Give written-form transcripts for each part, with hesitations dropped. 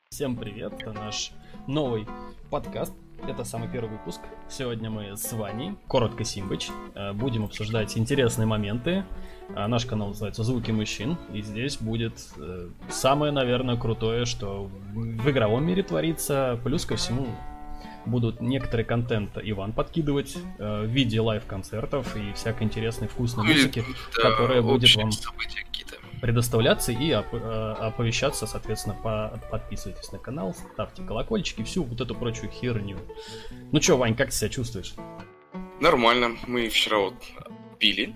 Всем привет, это наш новый подкаст, это самый первый выпуск. Сегодня мы с Ваней, коротко Симбыч, будем обсуждать интересные моменты. Наш канал называется «Звуки мужчин», и здесь будет самое, наверное, крутое, что в игровом мире творится. Плюс ко всему будут некоторый контент Иван подкидывать в виде лайв-концертов и всякой интересной вкусной музыки, которая будет вам предоставляться и оповещаться, соответственно, подписывайтесь на канал, ставьте колокольчики, всю вот эту прочую херню. Ну чё, Вань, как ты себя чувствуешь? Нормально, мы вчера вот пили.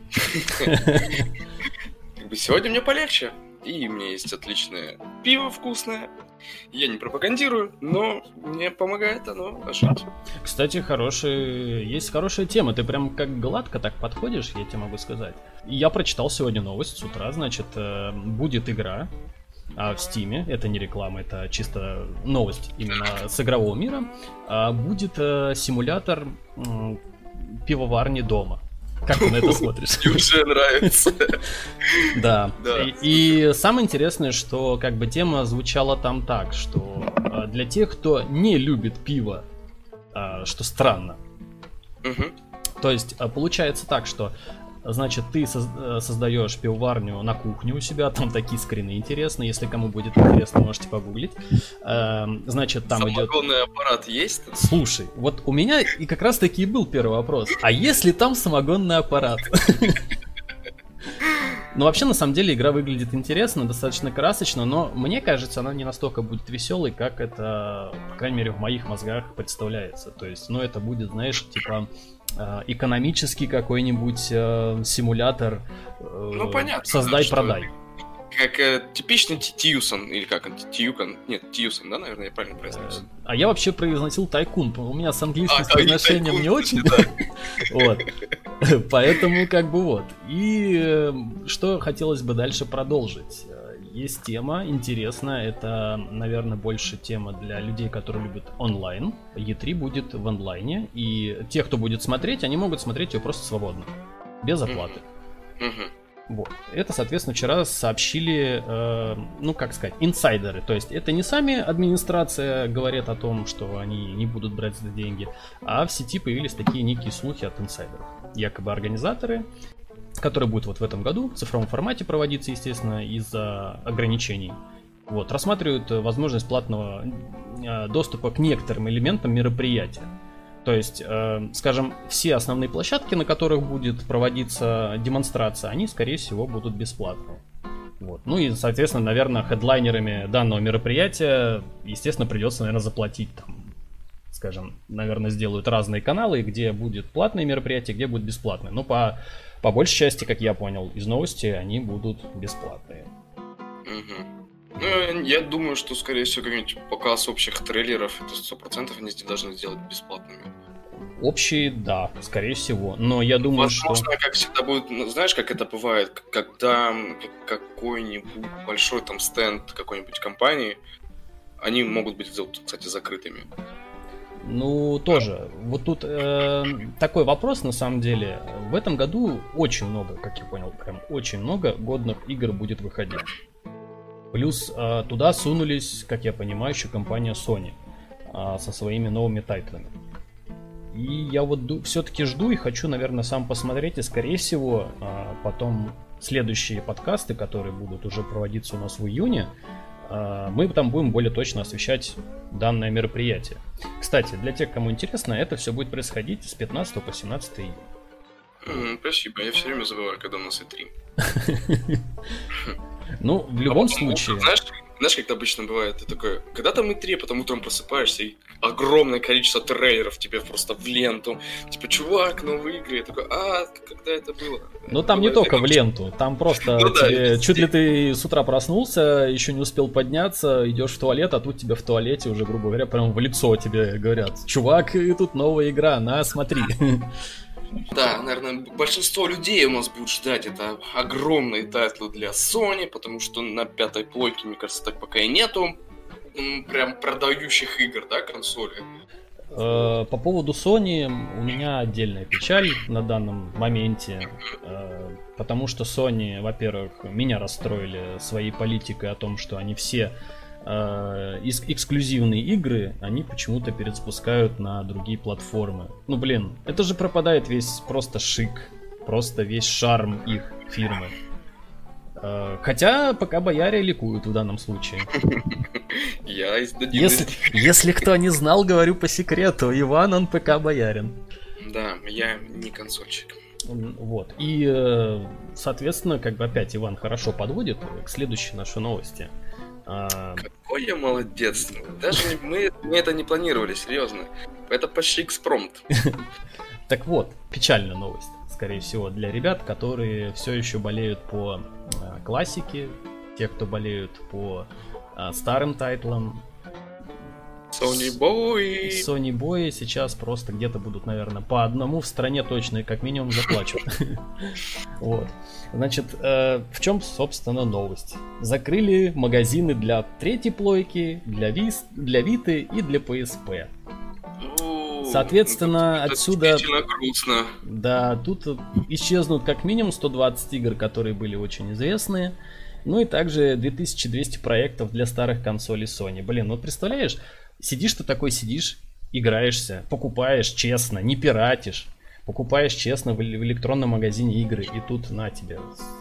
Сегодня мне полегче, и у меня есть отличное пиво вкусное. Я не пропагандирую, но мне помогает оно жить. Кстати, есть хорошая тема. Ты прям как гладко так подходишь, я тебе могу сказать. Я прочитал сегодня новость с утра, значит, будет игра в Стиме. Это не реклама, это чисто новость именно с игрового мира. Будет симулятор пивоварни дома. Как ты на это смотришь? Мне уже нравится. Да. И самое интересное, что как бы тема звучала там так, что для тех, кто не любит пиво, что странно. То есть получается так, что значит, ты создаешь пивоварню на кухне у себя, там такие скрины интересные, если кому будет интересно, можете погуглить. Значит, там идет... Самогонный аппарат есть? Слушай, вот у меня и как раз таки и был первый вопрос. А если там самогонный аппарат? Ну, вообще, на самом деле, игра выглядит интересно, достаточно красочно, но мне кажется, она не настолько будет веселой, как это, по крайней мере, в моих мозгах представляется. То есть, ну, это будет, знаешь, типа... экономический какой-нибудь симулятор, ну, понятно, создай-продай. Как типичный Тьюсон, или как он, Тьюкон, нет, Тьюсон, да, наверное, я правильно произнес. А я вообще произносил тайкун, у меня с английским произношением не очень. Вот. Поэтому как бы вот. И что хотелось бы дальше продолжить. Есть тема интересная, это, наверное, больше тема для людей, которые любят онлайн. E3 будет в онлайне, и те, кто будет смотреть, они могут смотреть ее просто свободно, без оплаты. Вот. Это, соответственно, вчера сообщили, ну, как сказать, инсайдеры. То есть это не сами администрация говорит о том, что они не будут брать за деньги, а в сети появились такие некие слухи от инсайдеров. Якобы организаторы, который будет вот в этом году в цифровом формате проводиться, естественно, из-за ограничений. Вот, рассматривают возможность платного доступа к некоторым элементам мероприятия. То есть, скажем, все основные площадки, на которых будет проводиться демонстрация, они, скорее всего, будут бесплатные. Вот. Ну и, соответственно, наверное, хедлайнерами данного мероприятия, естественно, придется, наверное, заплатить там. Скажем, наверное, сделают разные каналы, где будет платное мероприятие, где будет бесплатное. Но по большей части, как я понял из новости, они будут бесплатные. Ну, я думаю, что, скорее всего, какой-нибудь показ общих трейлеров, это 100% они должны сделать бесплатными. Общие, да, скорее всего. Но я думаю, возможно, как всегда будет, знаешь, как это бывает, когда какой-нибудь большой там стенд какой-нибудь компании, они могут быть, кстати, закрытыми. Ну, тоже. Вот тут такой вопрос, на самом деле. В этом году очень много, как я понял, прям очень много годных игр будет выходить. Плюс туда сунулись, как я понимаю, еще компания Sony со своими новыми тайтлами. И я вот все-таки жду и хочу, наверное, сам посмотреть. И, скорее всего, потом следующие подкасты, которые будут уже проводиться у нас в июне, мы там будем более точно освещать данное мероприятие. Кстати, для тех, кому интересно, это все будет происходить с 15 по 17 июня. Спасибо, я все время забываю, когда у нас E3. Ну, в любом случае... Знаешь, как это обычно бывает? Ты такой, когда там E3, потом утром просыпаешься, и огромное количество трейлеров тебе просто в ленту. Типа, чувак, новые игры. Я такой, когда это было? Ну, там не только в ленту, там просто тебе, чуть ли ты с утра проснулся, еще не успел подняться, идешь в туалет, а тут тебе в туалете уже, грубо говоря, прям в лицо тебе говорят: чувак, тут новая игра, на, смотри. Да, наверное, большинство людей у нас будут ждать это огромные тайтлы для Sony, потому что на пятой плойке, мне кажется, так пока и нету прям продающих игр, да, консоли. По поводу Sony у меня отдельная печаль на данном моменте, потому что Sony, во-первых, меня расстроили своей политикой о том, что они все эксклюзивные игры они почему-то переспускают на другие платформы. Ну блин, это же пропадает весь просто шик, просто весь шарм их фирмы. Хотя пока бояре ликуют в данном случае. Если кто не знал, говорю по секрету, Иван, он ПК боярин. Да, я не консольщик. Вот. И, соответственно, как бы опять Иван хорошо подводит к следующей нашей новости. Какой я молодец. Даже мы это не планировали, серьезно. Это почти экспромт. Так вот, печальная новость, скорее всего, для ребят, которые все еще болеют по классике, те, кто болеют по старым тайтлам. Sony Boy. Sony Boy сейчас просто где-то будут, наверное, по одному в стране точно и как минимум заплачут. Вот. Значит, в чем, собственно, новость? Закрыли магазины для третьей плойки, для Виты и для PSP. Соответственно, отсюда... грустно. Да, тут исчезнут как минимум 120 игр, которые были очень известные. Ну и также 2200 проектов для старых консолей Sony. Блин, вот представляешь, сидишь, играешься, покупаешь честно, не пиратишь. Покупаешь честно в электронном магазине игры, и тут на тебе.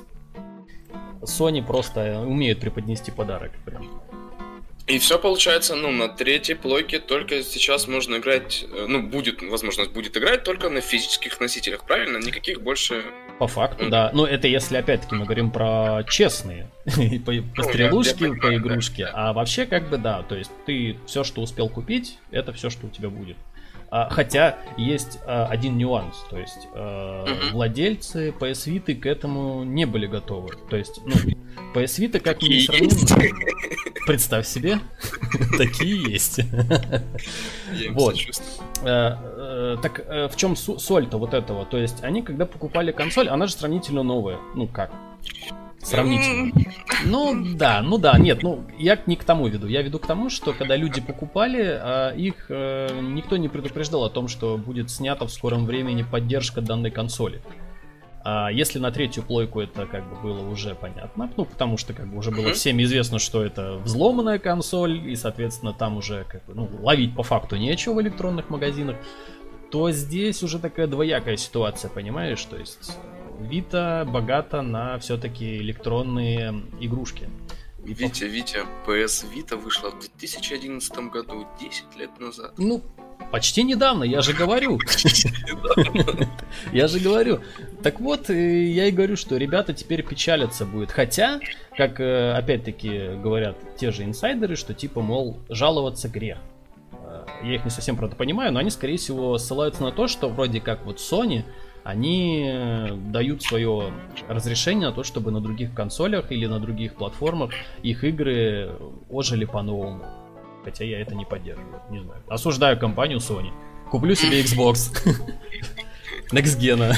Sony просто умеют преподнести подарок прям. И все получается, на третьей плойке только сейчас можно играть, возможность будет играть только на физических носителях, правильно? Никаких больше... По факту, да. Но это если, опять-таки, мы говорим про честные. По стрелушке, по игрушке. А вообще, как бы, да, то есть ты все, что успел купить, это все, что у тебя будет. Хотя есть один нюанс, то есть владельцы PS Vita к этому не были готовы. То есть, PS Vita как ни сравнимо. Представь себе, такие есть. Вот. Так в чем соль-то вот этого? То есть они, когда покупали консоль, она же сравнительно новая. Ну как? Сравнительно. Нет, я не к тому веду. Я веду к тому, что когда люди покупали, их никто не предупреждал о том, что будет снята в скором времени поддержка данной консоли. Если на третью плойку это как бы было уже понятно, потому что как бы уже было всем известно, что это взломанная консоль, и, соответственно, там уже как бы, ловить по факту нечего в электронных магазинах, то здесь уже такая двоякая ситуация, понимаешь? То есть Vita богата на все-таки электронные игрушки. Витя, PS Vita вышла в 2011 году, 10 лет назад. Почти недавно, я же говорю. Я же говорю. Так вот, я и говорю, что ребята теперь печалятся будет. Хотя, как опять-таки говорят те же инсайдеры, что типа, мол, жаловаться грех. Я их не совсем, правда, понимаю, но они, скорее всего, ссылаются на то, что вроде как вот Sony, они дают свое разрешение на то, чтобы на других консолях или на других платформах их игры ожили по-новому. Хотя я это не поддерживаю, не знаю. Осуждаю компанию Sony. Куплю себе Xbox. Next Gen.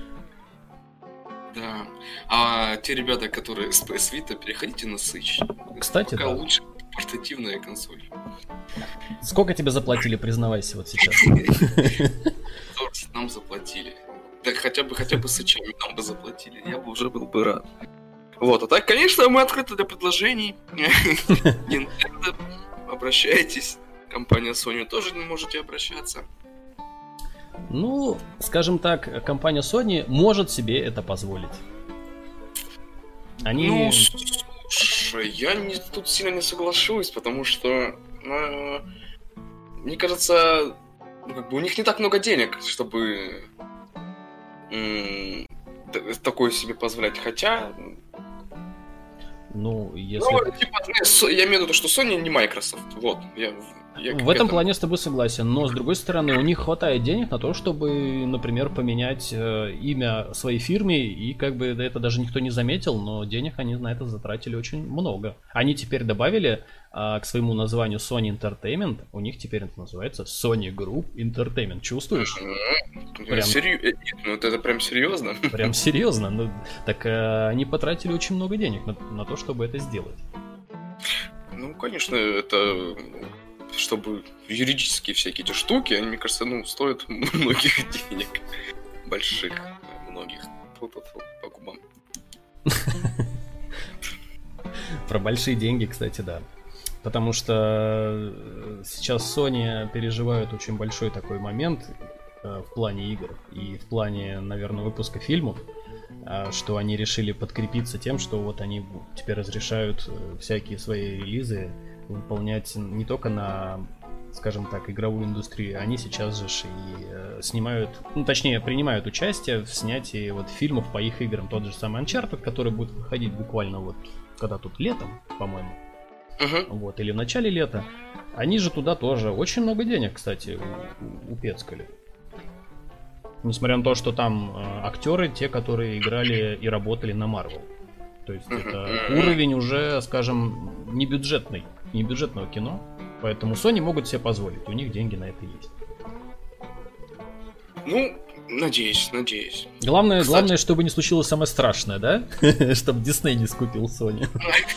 Да. А те ребята, которые с PS Vita, переходите на Switch. Кстати, пока да. Лучше портативная консоль. Сколько тебе заплатили, признавайся, вот сейчас? Нам заплатили. Так хотя бы Switch'ами нам бы заплатили. Я бы уже был бы рад. Вот, а так, конечно, мы открыты для предложений. Nintendo, обращайтесь. Компания Sony тоже можете обращаться. Скажем так, компания Sony может себе это позволить. Они... Слушай, я тут сильно не соглашусь, потому что, мне кажется, у них не так много денег, чтобы такое себе позволять. Хотя... если... я имею в виду, что Sony не Microsoft. Вот, в этом плане с тобой согласен, но с другой стороны, у них хватает денег на то, чтобы, например, поменять имя своей фирме, и как бы это даже никто не заметил, но денег они на это затратили очень много. Они теперь добавили к своему названию Sony Entertainment, у них теперь это называется Sony Group Entertainment. Чувствуешь? Это прям серьезно? Прям серьезно. Так они потратили очень много денег на то, чтобы это сделать. Конечно, это... Чтобы юридические всякие эти штуки, они, мне кажется, стоят многих денег. Больших, многих. По губам. Про большие деньги, кстати, да. Потому что сейчас Sony переживают очень большой такой момент в плане игр и в плане, наверное, выпуска фильмов, что они решили подкрепиться тем, что вот они теперь разрешают всякие свои релизы выполнять не только на, скажем так, игровую индустрию, они сейчас же и снимают, ну точнее принимают участие в снятии вот фильмов по их играм. Тот же самый Uncharted, который будет выходить буквально вот когда тут летом, по-моему, вот, или в начале лета. Они же туда тоже очень много денег, кстати, упецкали. Несмотря на то, что там актеры, те, которые играли и работали на Marvel. То есть это уровень уже, скажем, не бюджетного кино. Поэтому Sony могут себе позволить, у них деньги на это есть. Ну, надеюсь. Главное, чтобы не случилось самое страшное, да? Чтобы Disney не скупил Sony.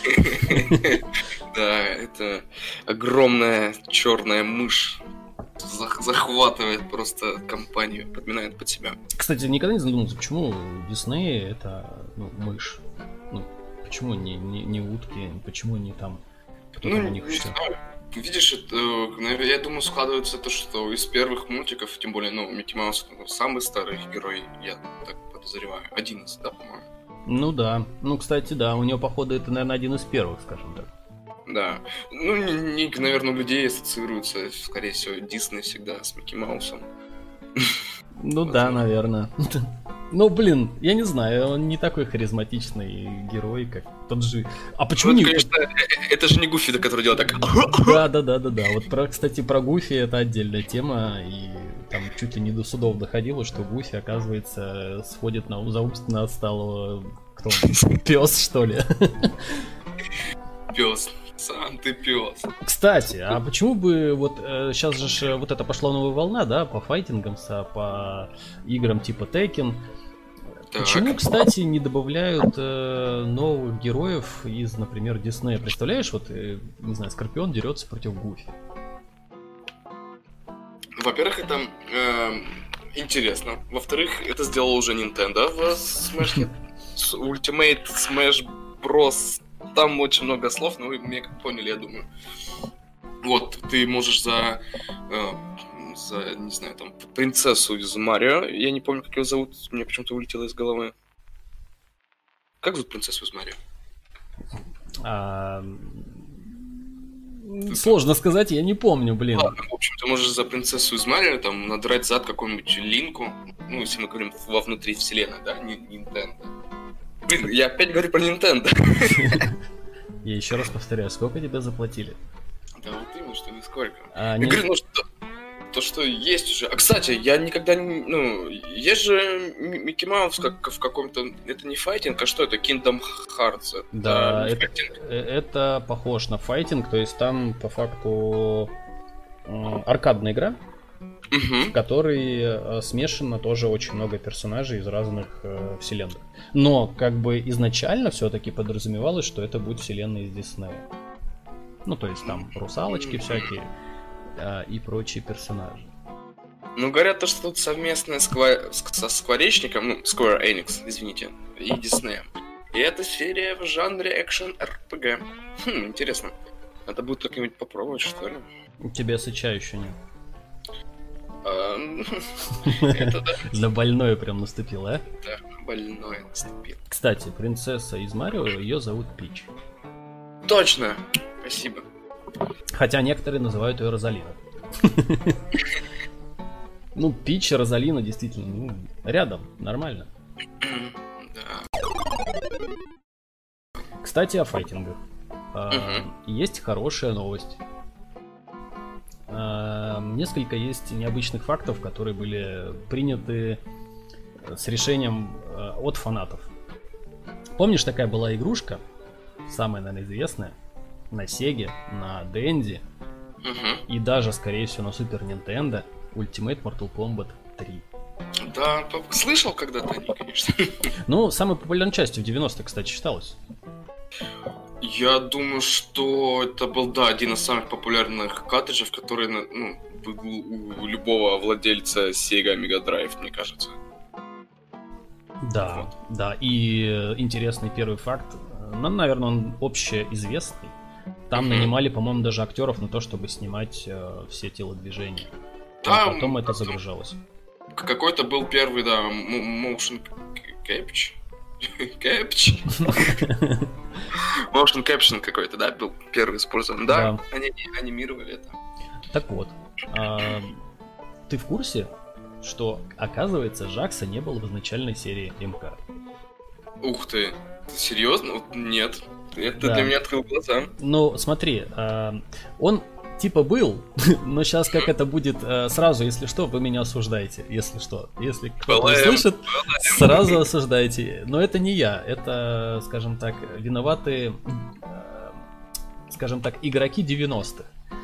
Да, это огромная черная мышь. Захватывает просто компанию, подминает под себя. Кстати, никогда не задумывался, почему Disney это мышь? Ну, почему не утки? Почему не там? Ну, не знаю. Видишь, это, я думаю, складывается то, что из первых мультиков, тем более, Микки Маус самый старый герой, я так подозреваю. 11, да, по-моему? Ну да. Ну, кстати, да, у него, походу, это, наверное, один из первых, скажем так. Да. Ну, наверное, у людей ассоциируется, скорее всего, Дисней всегда с Микки Маусом. Ну да, наверное. Ну, блин, я не знаю, он не такой харизматичный герой, как тот же... А почему не... Конечно, это же не Гуфи, который делает так... Да. Вот, кстати, про Гуфи это отдельная тема, и там чуть ли не до судов доходило, что Гуфи, оказывается, сходит на умственно отсталого... Кто он? Пес, что ли? Пес. Сам ты пес. Кстати, а почему бы вот сейчас же вот это пошла новая волна, да, по файтингам, по играм типа Tekken. Так. Почему, кстати, не добавляют новых героев из, например, Диснея? Представляешь, вот, не знаю, Скорпион дерется против Гуфи. Во-первых, это интересно. Во-вторых, это сделал уже Nintendo в Smash Ultimate Smash Bros. Там очень много слов, но вы меня как поняли, я думаю. Вот, ты можешь за не знаю, там, принцессу из Марио, я не помню, как ее зовут, мне почему-то вылетело из головы. Как зовут принцессу из Марио? Сложно сказать, я не помню, блин. Ладно, в общем, ты можешь за принцессу из Марио там надрать зад какому-нибудь Линку, ну, если мы говорим во внутри вселенной, да, не Nintendo. Блин, я опять говорю про Nintendo. Я еще раз повторяю, сколько тебе заплатили? Да вот именно, что нисколько. Я говорю, то, что есть уже. А, кстати, я никогда не... есть же Микки Маус как в каком-то... Это не файтинг, а что это? Kingdom Hearts. Да, это похож на файтинг, то есть там по факту аркадная игра, в которой смешано тоже очень много персонажей из разных вселенных. Но как бы изначально все-таки подразумевалось, что это будет вселенная из Диснея. Ну, то есть там русалочки всякие и прочие персонажи. Ну, говорят то, что тут совместное со Скворечником, Square Enix, извините, и Диснеем. И это серия в жанре экшен-РПГ. Интересно. Надо будет как-нибудь попробовать, что ли? У тебя Сыча еще нет. Это да. На больное прям наступил, а? Да, больное наступил. Кстати, принцесса из Марио, ее зовут Пич. Точно! Спасибо. Хотя некоторые называют ее Розалина. Ну, Пич и Розалина действительно, рядом, нормально. Кстати, о файтингах. Есть хорошая новость. Несколько есть необычных фактов, которые были приняты с решением от фанатов. Помнишь, такая была игрушка, самая, наверное, известная, на Сеге, на Денди и даже, скорее всего, на Супер Нинтендо, Ultimate Mortal Kombat 3. Да, слышал когда-то о ней, конечно. Ну, самой популярной частью в 90-х, кстати, считалось. Я думаю, что это был, да, один из самых популярных картриджев, который, был у любого владельца Sega Mega Drive, мне кажется. Да, вот. Да, и интересный первый факт, наверное, он общеизвестный. Там нанимали, по-моему, даже актеров на то, чтобы снимать все телодвижения. Да, потом это загружалось. Какой-то был первый, да, motion capture. Motion caption какой-то, да, был первый использован. Да, они анимировали это. Так вот, ты в курсе, что, оказывается, Жакса не было в изначальной серии МК? Ух ты, серьезно? Нет, это для меня открыл глаза. Ну, смотри, он типа был, но сейчас как это будет сразу, если что, вы меня осуждаете, если что. Если кто-то услышит, сразу осуждайте. Но это не я, это, скажем так, виноваты, скажем так, игроки 90-х.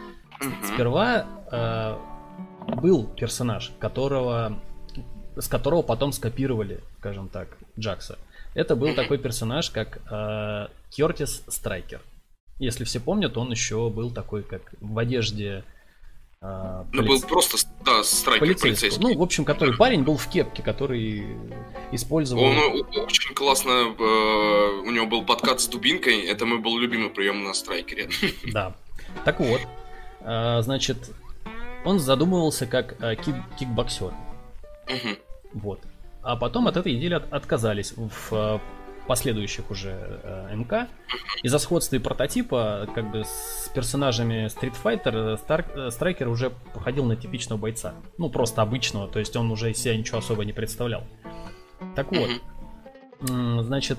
Сперва был персонаж, с которого потом скопировали, скажем так, Джакса. Это был такой персонаж, как Кёртис Страйкер. Если все помнят, он еще был такой, как в одежде... Ну, был просто, да, Страйкер полицейский. Ну, в общем, который парень был в кепке, который использовал... Он очень классно... У него был подкат с дубинкой. Это мой был любимый прием на Страйкере. Да. Так вот, значит, он задумывался как кикбоксер. Вот. А потом от этой идеи отказались в последующих уже МК. Из-за сходства и прототипа, как бы с персонажами Street Fighter, Страйкер уже походил на типичного бойца. Ну, просто обычного, то есть он уже из себя ничего особо не представлял. Так вот, значит,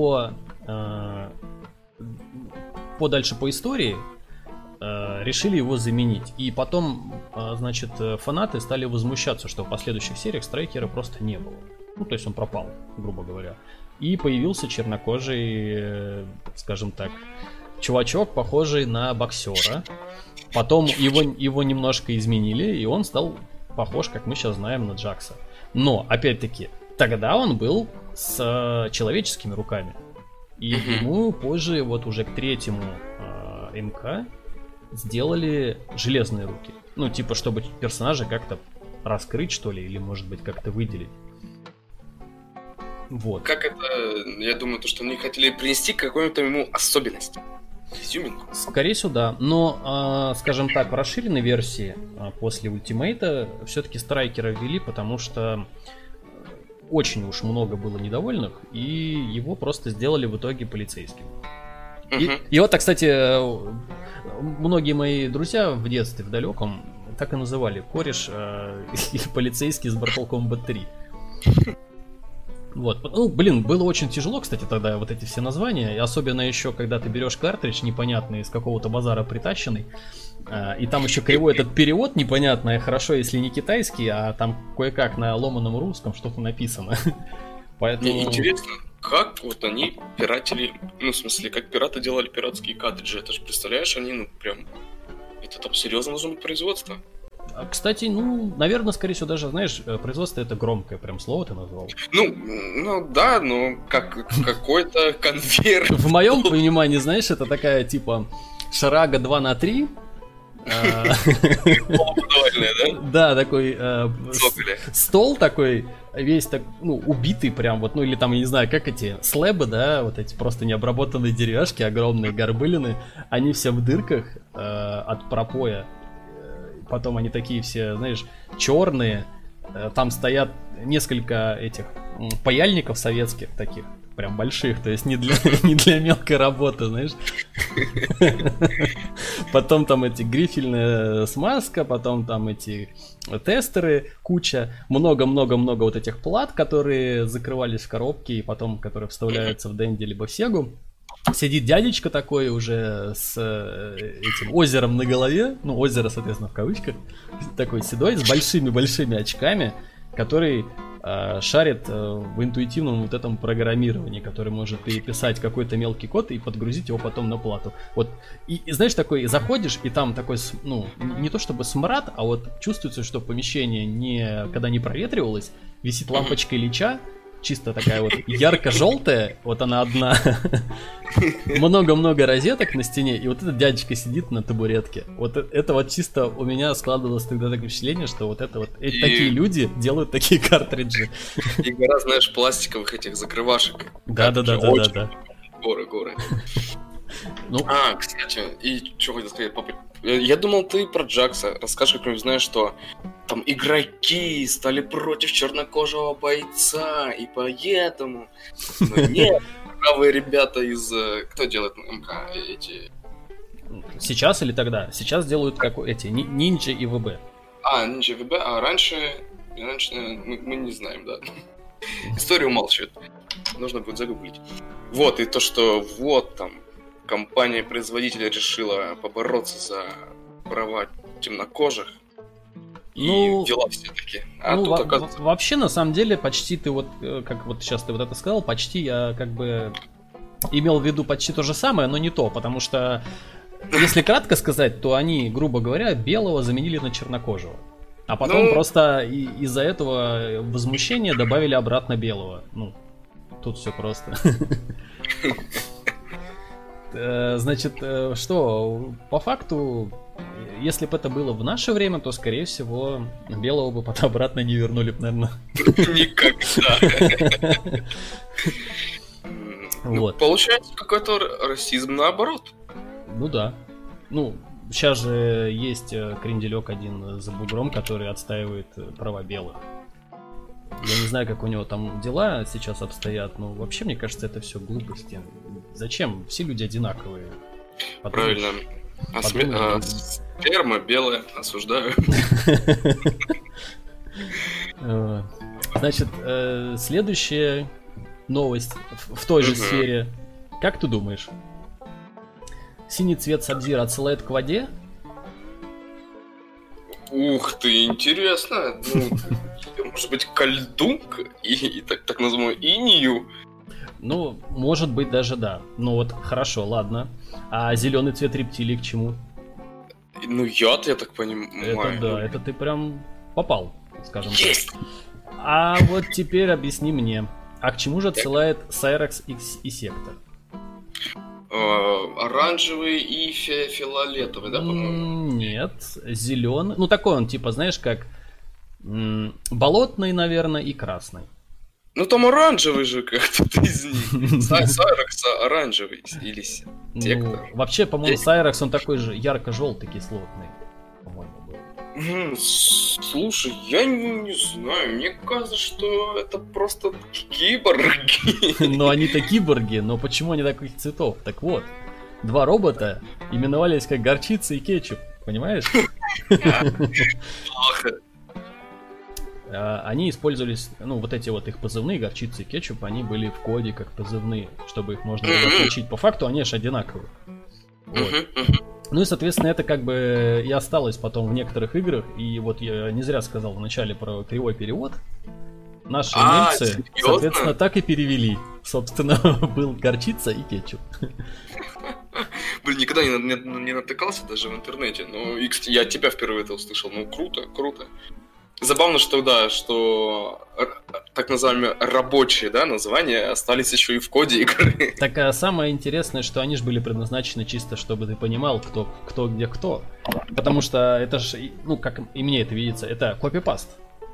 дальше по истории решили его заменить. И потом, значит, фанаты стали возмущаться, что в последующих сериях Страйкера просто не было. Ну, то есть он пропал, грубо говоря. И появился чернокожий, скажем так, чувачок, похожий на боксера. Потом его немножко изменили, и он стал похож, как мы сейчас знаем, на Джакса. Но, опять-таки, тогда он был с человеческими руками. И ему позже, вот уже к третьему МК, сделали железные руки. Ну, типа, чтобы персонажа как-то раскрыть, что ли, или, может быть, как-то выделить. Вот. Как это, я думаю, то, что они хотели принести какую-то ему особенность. Изюминку. Скорее всего, да. Но, скажем так, в расширенной версии после Ультимейта все-таки Страйкера ввели, потому что очень уж много было недовольных, и его просто сделали в итоге полицейским. И вот, кстати, многие мои друзья в детстве, в далеком, так и называли: кореш и полицейский с Mortal Kombat 3. Вот. Ну, блин, было очень тяжело, кстати, тогда вот эти все названия. И особенно еще, когда ты берешь картридж непонятный, из какого-то базара притащенный, и там еще кривой этот перевод непонятный, хорошо, если не китайский, а там кое-как на ломаном русском что-то написано. Поэтому... Мне интересно, как вот они пиратили, ну, в смысле, как пираты делали пиратские картриджи. Это же, представляешь, они, ну, прям... Это там серьезно должно быть производство. Кстати, ну, наверное, скорее всего, даже, знаешь, производство — это громкое прям слово ты назвал. Ну да, но как какой-то конвейер. В моем понимании, знаешь, это такая, типа, шарага 2х3. Полуподвальная, да? Да, такой стол такой, весь так, ну, убитый прям, вот, ну, или там, я не знаю, как эти слэбы, да, вот эти просто необработанные деревяшки, огромные горбылины, они все в дырках от пропоя. Потом они такие все, знаешь, черные. Там стоят несколько этих паяльников советских таких, прям больших, то есть не для мелкой работы, знаешь. Потом там эти грифельная смазка, потом там эти тестеры, куча, много-много-много вот этих плат, которые закрывались в коробке и потом, которые вставляются в Денди либо в Сегу. Сидит дядечка такой уже с этим озером на голове, ну, озеро, соответственно, в кавычках, такой седой, с большими-большими очками, который шарит в интуитивном вот этом программировании, который может переписать какой-то мелкий код и подгрузить его потом на плату. Вот, и знаешь, такой, заходишь, и там такой, ну, не то чтобы смрад, а вот чувствуется, что помещение когда не проветривалось, висит лампочка Ильича, чисто такая вот ярко-желтая, вот она одна. Много-много розеток на стене, и вот этот дядечка сидит на табуретке. Вот это вот чисто у меня складывалось тогда такое впечатление, что вот это вот такие люди делают такие картриджи. И гора, знаешь, пластиковых этих закрывашек. Да. Горы. Ну, кстати, и что хотел сказать, папа? Я думал, ты про Джакса расскажешь, как-нибудь, знаешь, что там игроки стали против чернокожего бойца, и поэтому... Но нет, правые ребята из... Кто делает МК эти... сейчас или тогда? Сейчас делают как эти, Нинджа и ВБ. Нинджа и ВБ, а раньше мы не знаем, да. История умалчивает. Нужно будет загуглить. Вот, и то, что вот там компания-производитель решила побороться за права темнокожих. Ну, и дела все-таки. Вообще, на самом деле, почти ты вот, как вот сейчас ты вот это сказал, почти я как бы имел в виду почти то же самое, но не то, потому что, если кратко сказать, то они, грубо говоря, белого заменили на чернокожего. А потом просто из-за этого возмущения добавили обратно белого. Ну, тут все просто. Значит, что, по факту, если бы это было в наше время, то, скорее всего, белого бы потом обратно не вернули бы, наверное. Никогда. Вот. Получается какой-то расизм наоборот. Ну да. Ну, сейчас же есть кренделек один за бугром, который отстаивает права белых. Я не знаю, как у него там дела сейчас обстоят, но вообще, мне кажется, это все глупости. Зачем? Все люди одинаковые. Правильно. Сперма белая, осуждаю. Значит, следующая новость в той же сфере. Как ты думаешь? Синий цвет Сабзира отсылает к воде? Ух ты, интересно. Может быть, ко льду и так называемому инию? Ну, может быть, даже да. Ну вот, хорошо, ладно. А зеленый цвет рептилии к чему? Ну, яд, я так понимаю. Это да, это ты прям попал, скажем так. А вот теперь объясни мне, а к чему же отсылает Сайрекс и Сектор? Оранжевый и фиолетовый, да, по-моему? Нет, зеленый. Ну, такой он, типа, знаешь, как болотный, наверное, и красный. Ну, там оранжевый же как-то из них. Сайрекс оранжевый или Сектор. Ну, вообще, по-моему, Сайрекс, он такой же ярко-желтый, кислотный, по-моему, был. Слушай, я не знаю, мне кажется, что это просто киборги. Ну, они-то киборги, но почему они таких цветов? Так вот, два робота именовались как горчица и кетчуп, понимаешь? Плохо. Они использовались, ну, вот эти вот их позывные, горчица и кетчуп, они были в коде как позывные, чтобы их можно было отличить. По факту они же одинаковые. Вот. Ну и, соответственно, это как бы и осталось потом в некоторых играх. И вот я не зря сказал вначале про кривой перевод. Наши немцы, соответственно, так и перевели. Собственно, был горчица и кетчуп. Блин, никогда не натыкался даже в интернете. Ну, и, кстати, я от тебя впервые это услышал. Ну, круто, круто. Забавно, что да, что так называемые рабочие, да, названия остались еще и в коде игры. Так, самое интересное, что они же были предназначены чисто, чтобы ты понимал, кто где кто. Потому что это же, ну, как и мне это видится, это копипаст.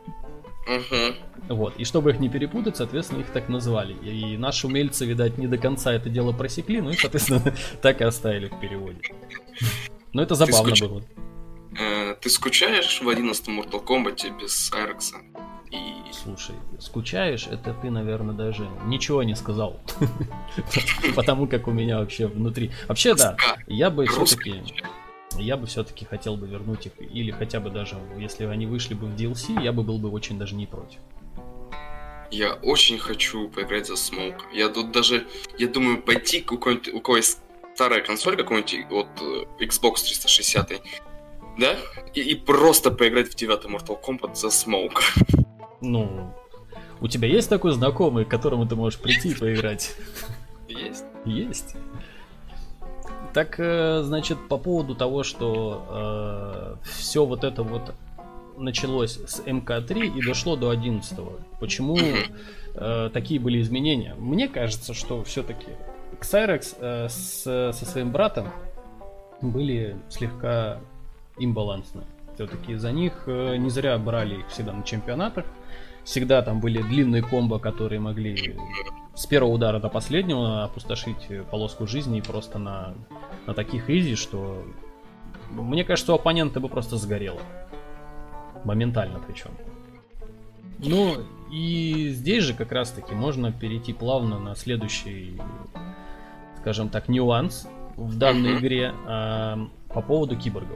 Вот, и чтобы их не перепутать, соответственно, их так назвали. И наши умельцы, видать, не до конца это дело просекли, ну и, соответственно, так и оставили в переводе. Но это забавно было. Ты скучаешь в 11-м Mortal Kombat без Сайрекса? Слушай, скучаешь, это ты, наверное, даже ничего не сказал. Потому как у меня вообще внутри... Вообще, да, я бы все-таки хотел бы вернуть их, или хотя бы даже, если они вышли бы в DLC, я бы был бы очень даже не против. Я очень хочу поиграть за Смоука. Я тут даже, я думаю, пойти у кого есть старая консоль какой-нибудь от Xbox 360, да? И просто поиграть в 9-й Mortal Kombat за Смоука. Ну, у тебя есть такой знакомый, к которому ты можешь прийти и поиграть? Есть. Есть. Так, значит, по поводу того, что все вот это вот началось с МК3 и дошло до 11-го. Почему такие были изменения? Мне кажется, что все-таки Сайрекс со своим братом были слегка имбалансны. Все-таки за них не зря брали их всегда на чемпионатах. всегда там были длинные комбо, которые могли с первого удара до последнего опустошить полоску жизни просто на таких изи, что мне кажется, у оппонента бы просто сгорело. Моментально причем. Ну, и здесь же как раз-таки можно перейти плавно на следующий, скажем так, нюанс в данной игре по поводу киборгов.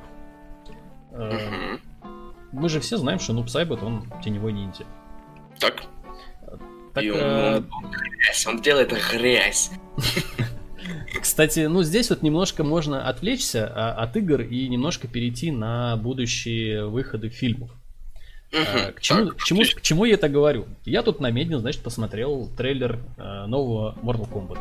Мы же все знаем, что Noob Saibot, он теневой ниндзя. Так. И он делает грязь. Кстати, ну здесь вот немножко можно отвлечься от игр и немножко перейти на будущие выходы фильмов. К чему я это говорю? Я тут на медне, значит, посмотрел трейлер нового Mortal Kombat.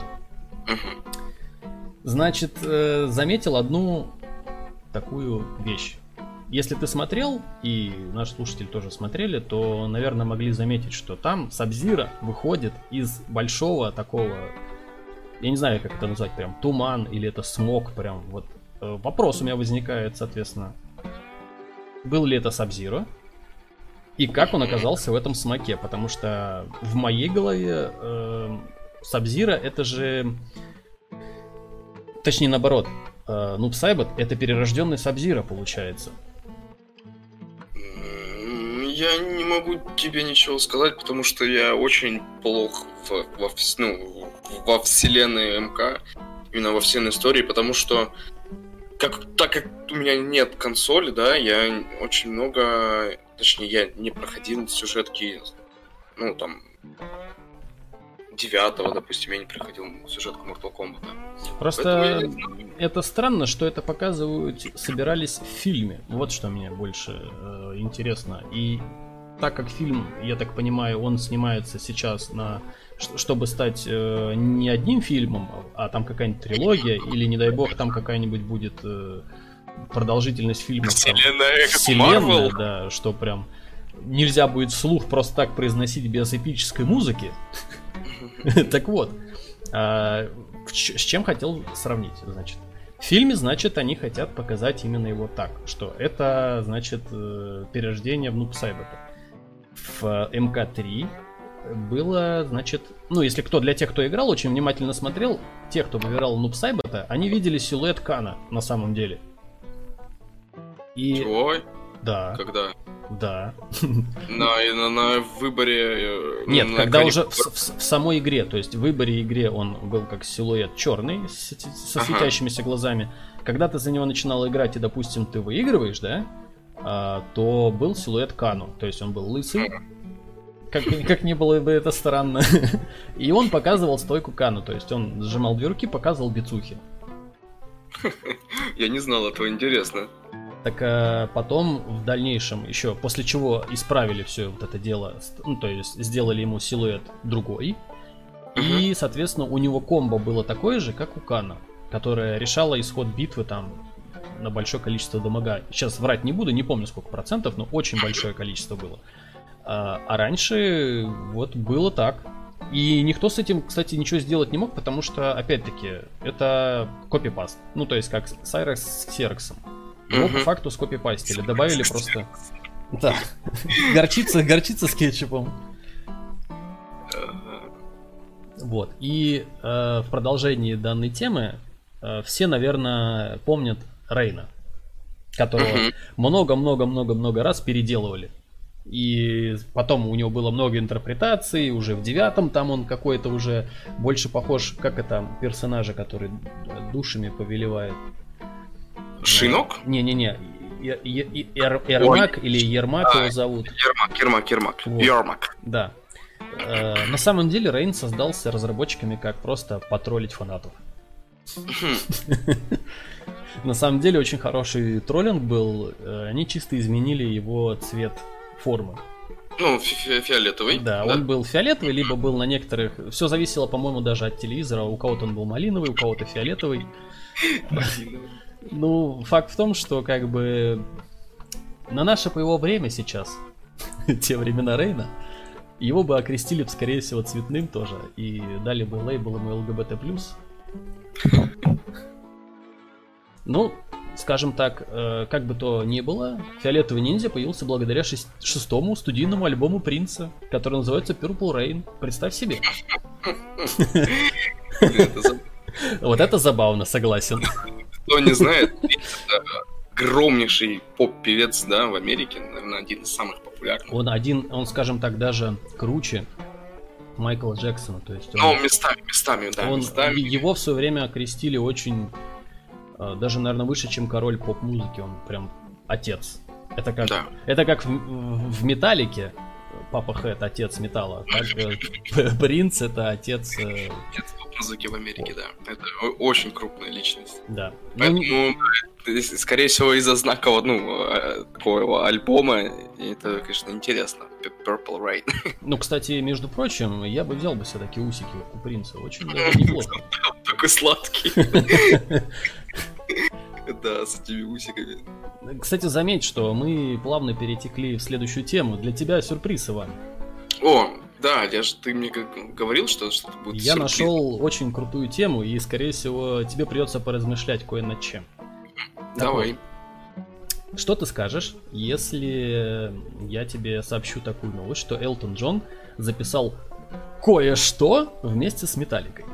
Значит, заметил одну такую вещь. Если ты смотрел, и наши слушатели тоже смотрели, то, наверное, могли заметить, что там Саб-Зиро выходит из большого такого, я не знаю, как это назвать, прям туман или это смог, прям вот. Вопрос у меня возникает, соответственно, был ли это Саб-Зиро, и как он оказался в этом смоке, потому что в моей голове Саб-Зиро это же, точнее наоборот, Noob Saibot это перерожденный Саб-Зиро получается. Я не могу тебе ничего сказать, потому что я очень плох во вселенной МК, именно во вселенной истории, потому что так как у меня нет консоли, да, я очень много, точнее, я не проходил сюжетки, ну, там, 9-го, допустим, я не проходил сюжетку Mortal Kombat. Просто это странно, что это показывают, собирались в фильме. Вот что мне больше интересно. И так как фильм, я так понимаю, он снимается сейчас чтобы стать не одним фильмом, а там какая-нибудь трилогия, или, не дай бог, там какая-нибудь будет продолжительность фильма. Вселенная, да, что прям нельзя будет вслух просто так произносить без эпической музыки. Так вот, с чем хотел сравнить, значит. В фильме, значит, они хотят показать именно его так, что это, значит, перерождение в Noob Saibot. В МК-3 было, значит, ну, если для тех, кто играл, очень внимательно смотрел, те, кто выбирал Noob Saibot, они видели силуэт Кана на самом деле. Чего? Да. Когда? Да. На выборе... Нет, когда уже в самой игре, то есть в выборе игре он был как силуэт черный со светящимися глазами. Когда ты за него начинал играть и, допустим, ты выигрываешь, да, то был силуэт Кану, то есть он был лысый, как ни было бы это странно. И он показывал стойку Кану, то есть он сжимал две руки, показывал бицухи. Я не знал этого, интересно. Так потом в дальнейшем еще, после чего исправили все вот это дело, ну то есть сделали ему силуэт другой, и, соответственно, у него комбо было такое же, как у Кана, которое решало исход битвы там на большое количество дамага. Сейчас врать не буду, не помню сколько процентов, но очень большое количество было. А раньше вот было так. И никто с этим, кстати, ничего сделать не мог, потому что, опять-таки, это копипаст. Ну, то есть, как Сайрекс с Ксероксом. Его по факту скопипастили, добавили просто... Да, горчица с кетчупом. Вот, и в продолжении данной темы все, наверное, помнят Рейна, которого много-много-много-много раз переделывали. И потом у него было много интерпретаций, уже в 9-м там он какой-то уже больше похож, как это, персонажа, который душами повелевает. Шинок? Не-не-не, Ермак или Ермак его зовут. Ермак. Да. На самом деле Рейн создался разработчиками как просто потроллить фанатов. На самом деле очень хороший троллинг был, они чисто изменили его цвет формы. Ну, фиолетовый. Да, он был фиолетовый, либо был на некоторых... Все зависело, по-моему, даже от телевизора. У кого-то он был малиновый, у кого-то фиолетовый. Ну, факт в том, что как бы на наше по его время сейчас, те времена Рейна, его бы окрестили, скорее всего, цветным тоже. И дали бы лейбл ему ЛГБТ+. Ну, скажем так, как бы то ни было, «Фиолетовый ниндзя» появился благодаря шестому студийному альбому Принца, который называется Purple Rain. Представь себе. Вот это забавно, согласен. Кто не знает, это огромнейший поп-певец, да, в Америке, наверное, один из самых популярных. Он, скажем так, даже круче Майкла Джексона, то есть местами, да. Его в свое время окрестили очень, даже, наверное, выше, чем король поп-музыки, он прям отец. Это как в «Металлике» Папа Хэт, отец металла, так Принц это отец музыки в Америке, да. Это очень крупная личность. Да. Поэтому, скорее всего, из-за знака такого альбома, это, конечно, интересно. Purple Rain. Ну, кстати, между прочим, я бы взял бы себе такие усики у Принца. Очень даже неплохо. Такой сладкий. Да, с этими усиками. Кстати, заметь, что мы плавно перетекли в следующую тему. Для тебя сюрприз, Иван. О, да, ты мне говорил, что что-то будет Я сюрприз. Нашел очень крутую тему, и, скорее всего, тебе придется поразмышлять кое над чем. Давай. Что ты скажешь, если я тебе сообщу такую новость, что Элтон Джон записал кое-что вместе с Металликой?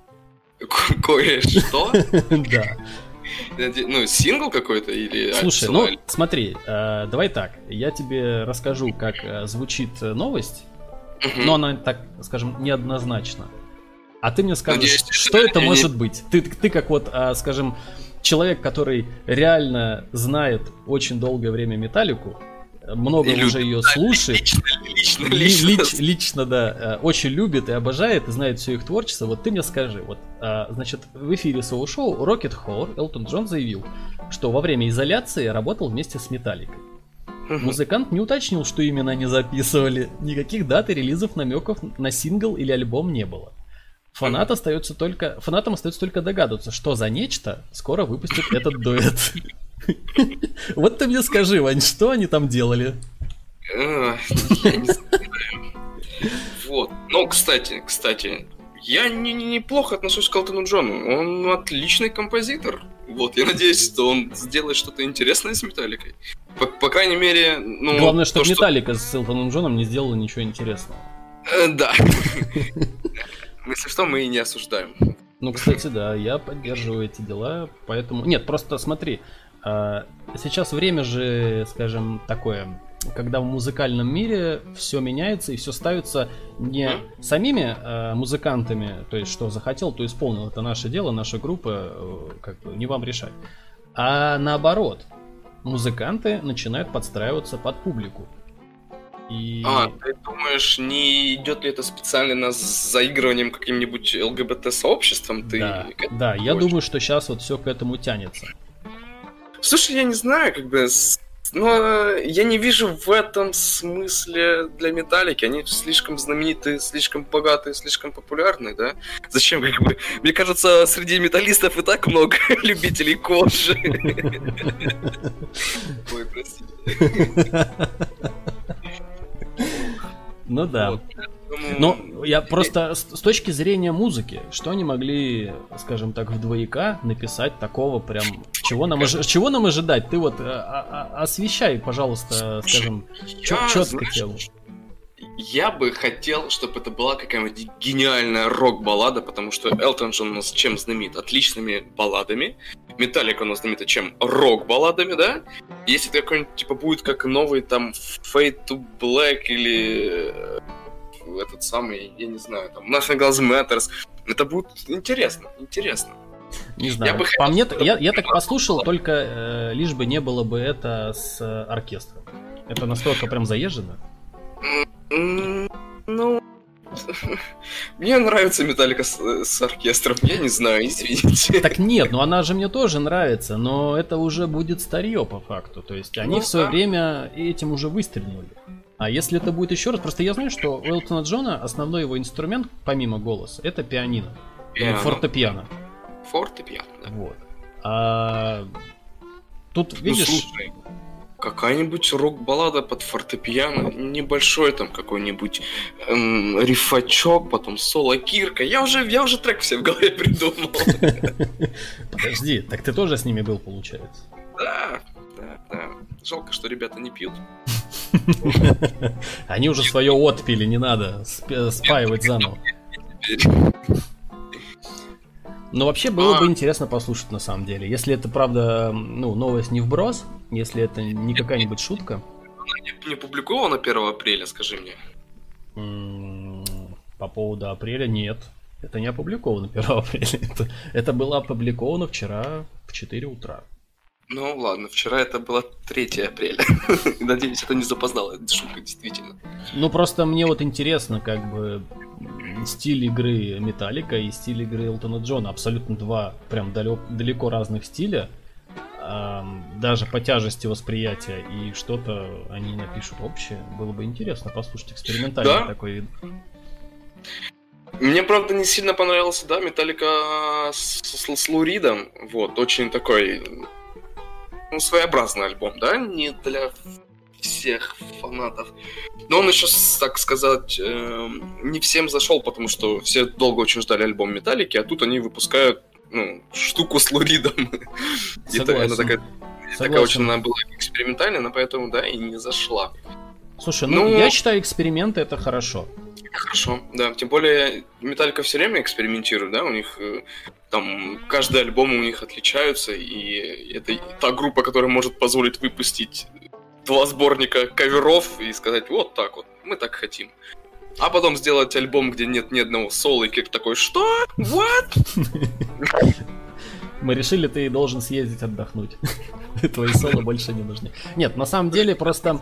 Кое-что? Да. Ну, сингл какой-то или... Слушай, ну, смотри, давай так, я тебе расскажу, как звучит новость, но она, так скажем, неоднозначна. А ты мне скажешь, что это может быть? Ты как вот, скажем, человек, который реально знает очень долгое время Металлику, много уже ее слушает, лично, да, очень любит и обожает, и знает все их творчество. Вот ты мне скажи, вот, значит, в эфире своего шоу Rocket Horror Элтон Джон заявил, что во время изоляции работал вместе с Металликой. Музыкант не уточнил, что именно они записывали, никаких дат и релизов, намеков на сингл или альбом не было. Фанатам остается только догадываться, что за нечто скоро выпустит этот дуэт. Вот ты мне скажи, Вань, что они там делали? Я не знаю. Вот. Ну, кстати, я неплохо отношусь к Элтону Джону. Он отличный композитор. Вот, я надеюсь, что он сделает что-то интересное с Металликой. По крайней мере, ну... Главное, что Металлика с Элтоном Джоном не сделала ничего интересного. Да. Если что, мы и не осуждаем. Ну, кстати, да, я поддерживаю эти дела, поэтому... Нет, просто смотри, сейчас время же, скажем, такое, когда в музыкальном мире все меняется и все ставится не самими музыкантами, то есть что захотел, то исполнил, это наше дело, наша группа, как бы не вам решать, а наоборот, музыканты начинают подстраиваться под публику. И... ты думаешь, не идет ли это специально с заигрыванием каким-нибудь ЛГБТ-сообществом? Да, я думаю, что сейчас вот все к этому тянется. Слушай, я не знаю, но я не вижу в этом смысле для Металлики. Они слишком знаменитые, слишком богатые, слишком популярные, да? Зачем, Мне кажется, среди металлистов и так много любителей кожи. Ой, простите. Ну да. Но я просто с точки зрения музыки, что они могли, скажем так, в двояка написать такого прям... Чего нам ожидать? Ты вот освещай, пожалуйста, скажем, четко тему. Я бы хотел, чтобы это была какая-нибудь гениальная рок-баллада, потому что Элтон Джон у нас чем знаменит? Отличными балладами. Металлика у нас знаменита чем? Рок-балладами, да? Если это какой-нибудь, типа, будет как новый там Fade to Black или этот самый, я не знаю, там Nothing Else Matters, это будет интересно. Не знаю, по мне, я так послушал, только лишь бы не было бы это с оркестром. Это настолько прям заезжено. Ну, мне нравится Металлика с оркестром, я не знаю, извините. Так нет, ну она же мне тоже нравится, но это уже будет старье по факту. То есть они в свое время этим уже выстрелили. А если это будет еще раз, просто я знаю, что у Элтона Джона основной его инструмент, помимо голоса, это пианино. Фортепиано. Фортепиано, да. Вот. А тут, видишь... какая-нибудь рок-баллада под фортепиано, небольшой там какой-нибудь рифачок, потом соло Кирка. Я уже трек все в голове придумал. Подожди, так ты тоже с ними был, получается? Да. Жалко, что ребята не пьют. Они уже свое отпили, не надо спаивать заново. Но вообще было бы интересно послушать на самом деле. Если это правда, новость не вброс, если это не какая-нибудь шутка. Она не опубликована 1 апреля, скажи мне. По поводу апреля нет. Это не опубликовано 1 апреля. Это было опубликовано вчера в 4 утра. Ну ладно, вчера это было 3 апреля. Надеюсь, это не запоздало, это шутка действительно. Ну просто мне вот интересно, как бы стиль игры Металлика и стиль игры Элтона Джона. Абсолютно два прям далеко разных стиля. Даже по тяжести восприятия, и что-то они напишут общее. Было бы интересно послушать экспериментальный такой вид. Мне, правда, не сильно понравился, Металлика с Луридом. Вот, очень такой... своеобразный альбом, не для всех фанатов. Но он еще, так сказать, не всем зашел, потому что все долго очень ждали альбом Металлики, а тут они выпускают штуку с Луридом. Согласен. Такая очень она была экспериментальная, но поэтому, и не зашла. Слушай, я считаю, эксперименты это хорошо. Хорошо, да. Тем более Металлика все время экспериментирует, у них там каждый альбом у них отличаются, и это та группа, которая может позволить выпустить 2 сборника каверов и сказать, вот так вот, мы так хотим. А потом сделать альбом, где нет ни одного соло, и Кирк такой, что? What? Мы решили, ты должен съездить отдохнуть. Твои соло больше не нужны. Нет, на самом деле просто...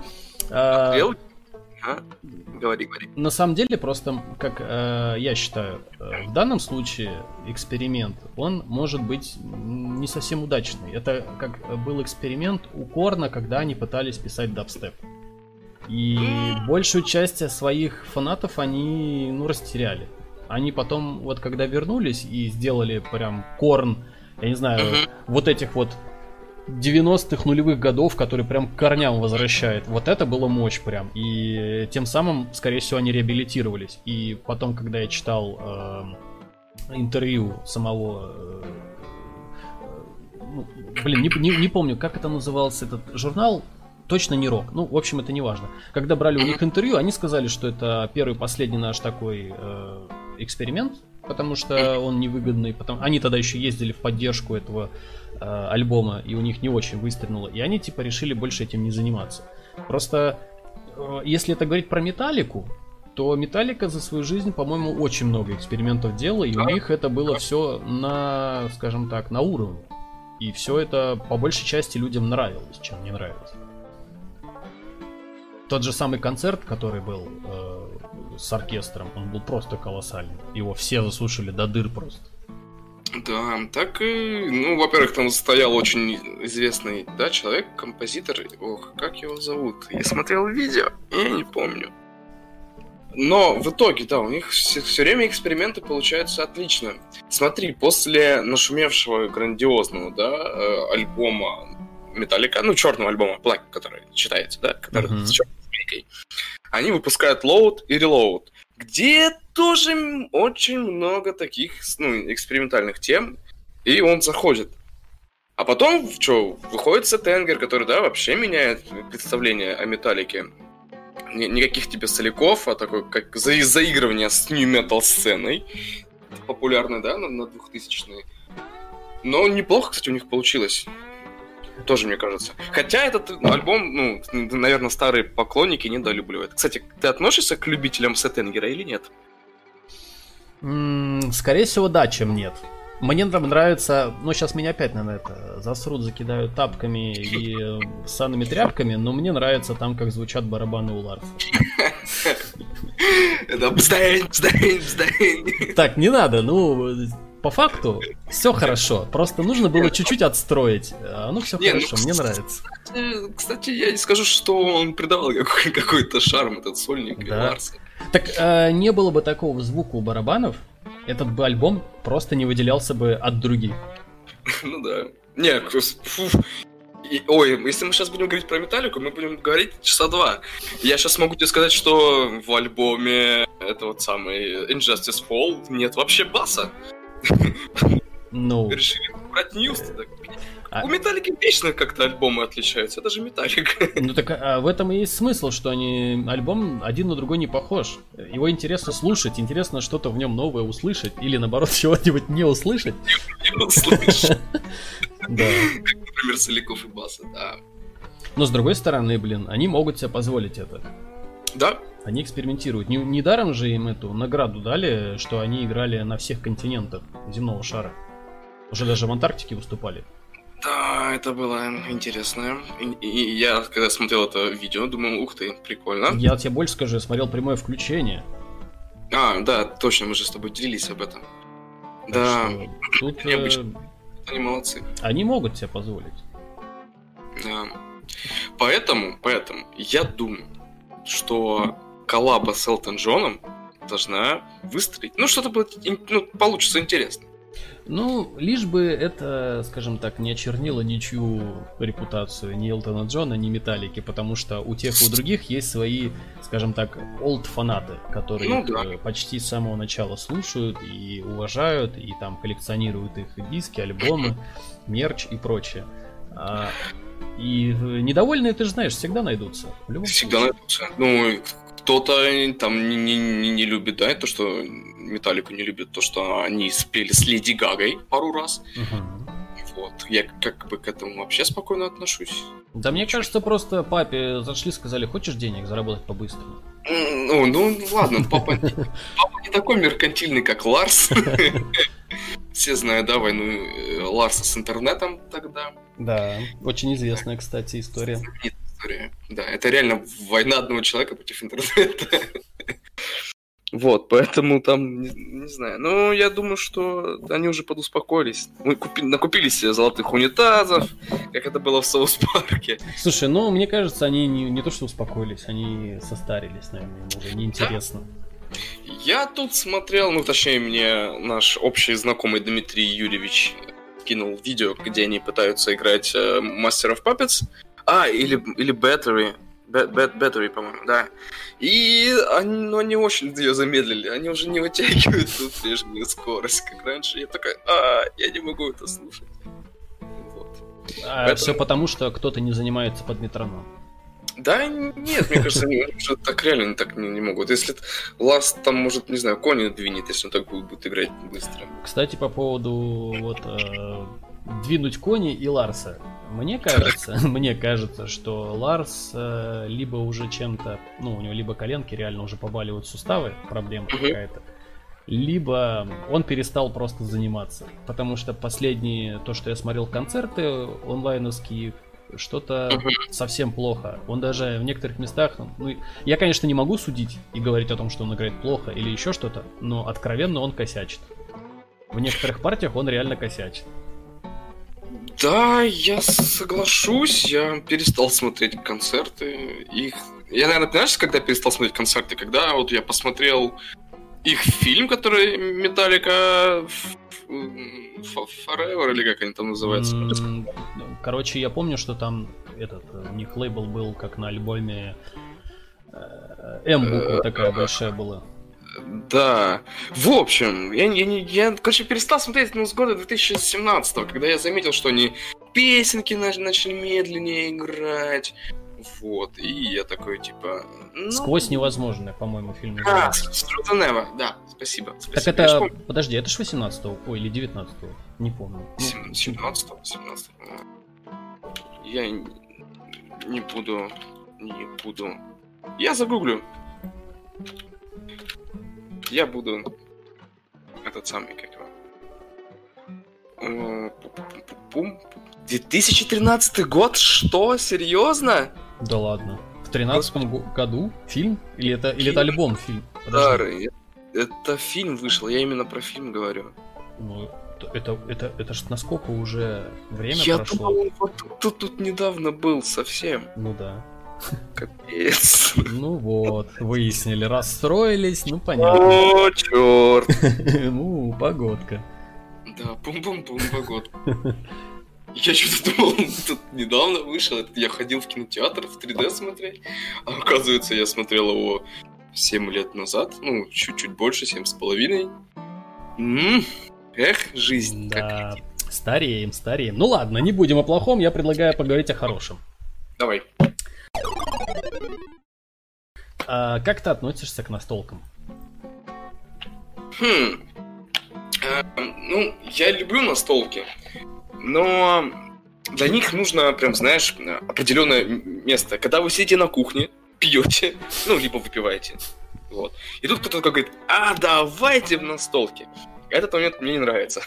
Говори. На самом деле, просто, как я считаю, в данном случае эксперимент, он может быть не совсем удачный. Это как был эксперимент у Корна, когда они пытались писать дабстеп. И большую часть своих фанатов они, растеряли. Они потом, вот когда вернулись и сделали прям Корн, я не знаю, вот этих вот 90-х нулевых годов, который прям к корням возвращает. Вот это было мощь прям. И тем самым, скорее всего, они реабилитировались. И потом, когда я читал интервью самого... не помню, как это назывался этот журнал. Точно не рок. В общем, это не важно. Когда брали у них интервью, они сказали, что это первый и последний наш такой эксперимент, потому что он невыгодный. Они тогда еще ездили в поддержку этого альбома, и у них не очень выстрелило. И они решили больше этим не заниматься. Просто, если это говорить про Металлику, то Металлика за свою жизнь, по-моему, очень много экспериментов делала, и у них это было все на, скажем так, на уровне. И все это по большей части людям нравилось, чем не нравилось. Тот же самый концерт, который был с оркестром, он был просто колоссальный. Его все заслушали до дыр просто. Да, так и... во-первых, там стоял очень известный, человек, композитор. Ох, как его зовут? Я смотрел видео, я не помню. Но в итоге, у них все время эксперименты получаются отлично. Смотри, после нашумевшего грандиозного, альбома Металлика, черного альбома Black, который читается, который с черной змейкой, они выпускают Load и Reload, где тоже очень много таких, экспериментальных тем, и он заходит. А потом, выходит Сеттенгер, который, вообще меняет представление о Металлике. Никаких тебе соляков, а такое, как заигрывание с нью-метал сценой, популярной, на 2000-е. Но неплохо, кстати, у них получилось. Тоже, мне кажется. Хотя этот альбом, наверное, старые поклонники недолюбливают. Кстати, ты относишься к любителям Сеттенгера или нет? Скорее всего, да, чем нет. Мне там нравится... сейчас меня опять, наверное, засрут, закидают тапками и санными тряпками, но мне нравится там, как звучат барабаны у Ларса. Это бздень. Так, не надо, по факту все хорошо, просто нужно было чуть-чуть отстроить. Все хорошо, мне нравится. Кстати, я не скажу, что он придавал какой-то шарм, этот сольник Ларса. Так не было бы такого звука у барабанов, этот бы альбом просто не выделялся бы от других. Ну да. Не, Ой, если мы сейчас будем говорить про Металлику, мы будем говорить часа 2. Я сейчас могу тебе сказать, что в альбоме это вот самый Injustice Fall нет вообще баса. Ну... Решили брать Ньюс. У Металлики вечно как-то альбомы отличаются, это же Металлика. Ну так в этом и есть смысл, что альбом один на другой не похож. Его интересно слушать, интересно что-то в нем новое услышать, или наоборот чего-нибудь не услышать. Не услышать. Да. Как, например, Соляков и Баса, да. Но с другой стороны, блин, они могут себе позволить это. Да. Они экспериментируют. Недаром же им эту награду дали, что они играли на всех континентах земного шара. Уже даже в Антарктике выступали. Да, это было интересно. И я, когда смотрел это видео, думал, ух ты, прикольно. Я тебе больше скажу, я смотрел прямое включение. Да, точно, мы же с тобой делились об этом. Так да, тут необычно. Они молодцы. Они могут себе позволить. Да. Поэтому я думаю, что коллаба с Элтон Джоном должна выстрелить. Ну, что-то получится интересно. Ну, лишь бы это, скажем так, не очернило ничью репутацию ни Элтона Джона, ни Металлики, потому что у тех и у других есть свои, скажем так, олд-фанаты, которые их почти с самого начала слушают и уважают, и там коллекционируют их диски, альбомы, мерч и прочее. И недовольные, ты же знаешь, всегда найдутся. Всегда найдутся. Ну, кто-то там не любит, да, то, что Металлику не любит, то, что они спели с Леди Гагой пару раз. Вот. Я как бы к этому вообще спокойно отношусь. Да мне кажется, просто папе зашли, сказали, хочешь денег заработать по-быстрому? Ну ладно, папа не такой меркантильный, как Ларс. Все знают, да, войну Ларса с интернетом тогда. Да, очень известная, кстати, история. Да, это реально война одного человека против интернета. Вот, поэтому там, не знаю. Ну, я думаю, что они уже подуспокоились. Накупили себе золотых унитазов, как это было в Саус-парке. Слушай, ну, мне кажется, они не то что успокоились, они состарились, наверное, им уже неинтересно. Я тут смотрел, ну, точнее, мне наш общий знакомый Дмитрий Юрьевич кинул видео, где они пытаются играть Master of Puppets. Или Battery. Battery, по-моему, да. И они очень ее замедлили. Они уже не вытягивают ту прежнюю скорость, как раньше. Я такой, я не могу это слушать. Вот. Все потому, что кто-то не занимается под метроном. Да нет, мне кажется, они уже так реально так не могут. Если Ларс там, может, не знаю, кони двинет, если он так будет играть быстро. Кстати, по поводу двинуть кони и Ларса. Мне кажется, что Ларс либо уже чем-то, ну, у него либо коленки реально уже побаливают суставы, проблема какая-то, либо он перестал просто заниматься. Потому что последние, то, что я смотрел концерты онлайновские, что-то совсем плохо. Он даже в некоторых местах, ну, я, конечно, не могу судить и говорить о том, что он играет плохо или еще что-то, но откровенно он косячит. В некоторых партиях он реально косячит. Да, я соглашусь, я перестал смотреть концерты. Я, наверное, знаешь, когда перестал смотреть концерты? Когда вот я посмотрел их фильм, который Металлика Forever, или как они там называются? Короче, я помню, что там у них лейбл был, как на альбоме М-буква такая большая была. Да. В общем, я перестал смотреть, с года 2017, когда я заметил, что они песенки начали медленнее играть. Вот. И я такой, типа... «Сквозь невозможное», по-моему, фильм называется. «Through the Never», да. Спасибо. Так это... Подожди, это ж 18-го, или 19-го? Не помню. 17-го, Я не буду... Я загуглю. Я буду этот самый, как его. 2013 год? Что? Серьезно? Да ладно. В 13 году фильм? Или это альбом фильм? Старый. Это фильм вышел, я именно про фильм говорю. Ну, это ж насколько уже время прошло? Я думал, вот тут недавно был совсем. Ну да. Капец. Ну вот, выяснили, расстроились, ну понятно. О, черт. Ну, погодка. Да, пум-пум-пум, погодка. Я что-то думал, тут недавно вышел, я ходил в кинотеатр в 3D смотреть, а оказывается, я смотрел его 7 лет назад, ну, чуть-чуть больше, 7,5. Эх, жизнь, да, как летит. Стареем. Ну ладно, не будем о плохом, я предлагаю поговорить о хорошем. Давай. Как ты относишься к настолкам? Ну, я люблю настолки, но для них нужно, прям, знаешь, определенное место. Когда вы сидите на кухне, пьете, ну, либо выпиваете, вот. И тут кто-то говорит, давайте в настолки. Этот момент мне не нравится.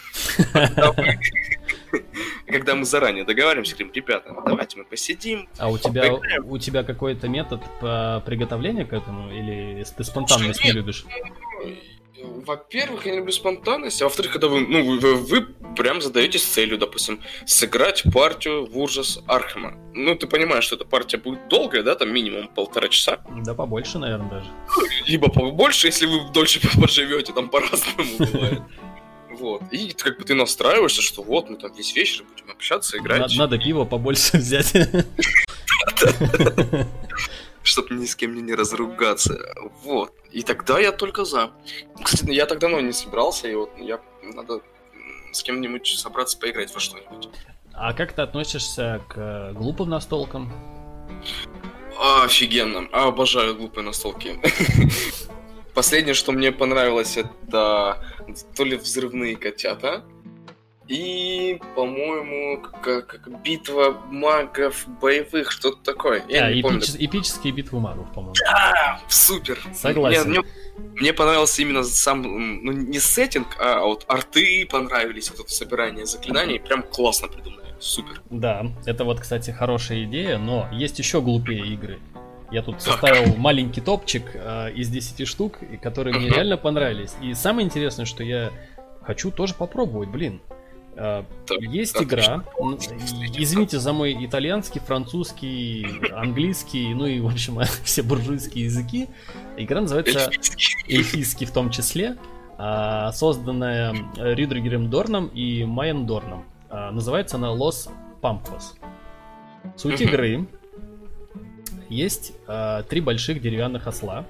Когда мы заранее договариваемся, говорим, ребята, давайте мы посидим. А у тебя какой-то метод по приготовлению к этому? Или ты спонтанность не любишь? Во-первых, я не люблю спонтанность, а во-вторых, когда вы прям задаетесь целью, допустим, сыграть партию в Ужас Архема. Ну, ты понимаешь, что эта партия будет долгая, да, там минимум 1,5 часа. Да, побольше, наверное, даже. Либо побольше, если вы дольше поживете, там по-разному бывает. Вот. И как бы ты настраиваешься, что вот, мы там весь вечер будем общаться, играть. Надо пиво побольше взять. Чтобы ни с кем не разругаться. Вот. И тогда я только за. Кстати, я так давно не собирался, и вот надо с кем-нибудь собраться поиграть во что-нибудь. А как ты относишься к глупым настолкам? Офигенно. Обожаю глупые настолки. Последнее, что мне понравилось, это то ли взрывные котята, и, по-моему, как битва магов боевых, что-то такое. Я не помню. Эпические битвы магов, по-моему. Да, супер. Согласен. Мне понравился именно сам, ну, не сеттинг, а вот арты понравились, вот это собирание заклинаний, прям классно придумали, супер. Да, это вот, кстати, хорошая идея, но есть еще глупее игры. Я тут составил маленький топчик из 10 штук, которые мне реально понравились. И самое интересное, что я хочу тоже попробовать, блин. Есть игра, извините за мой итальянский, французский, английский, ну и, в общем, все буржуйские языки. Игра называется эльфийский в том числе, созданная Рюдигером Дорном и Майен Дорном. Называется она Los Pampos. Суть игры: есть 3 больших деревянных осла.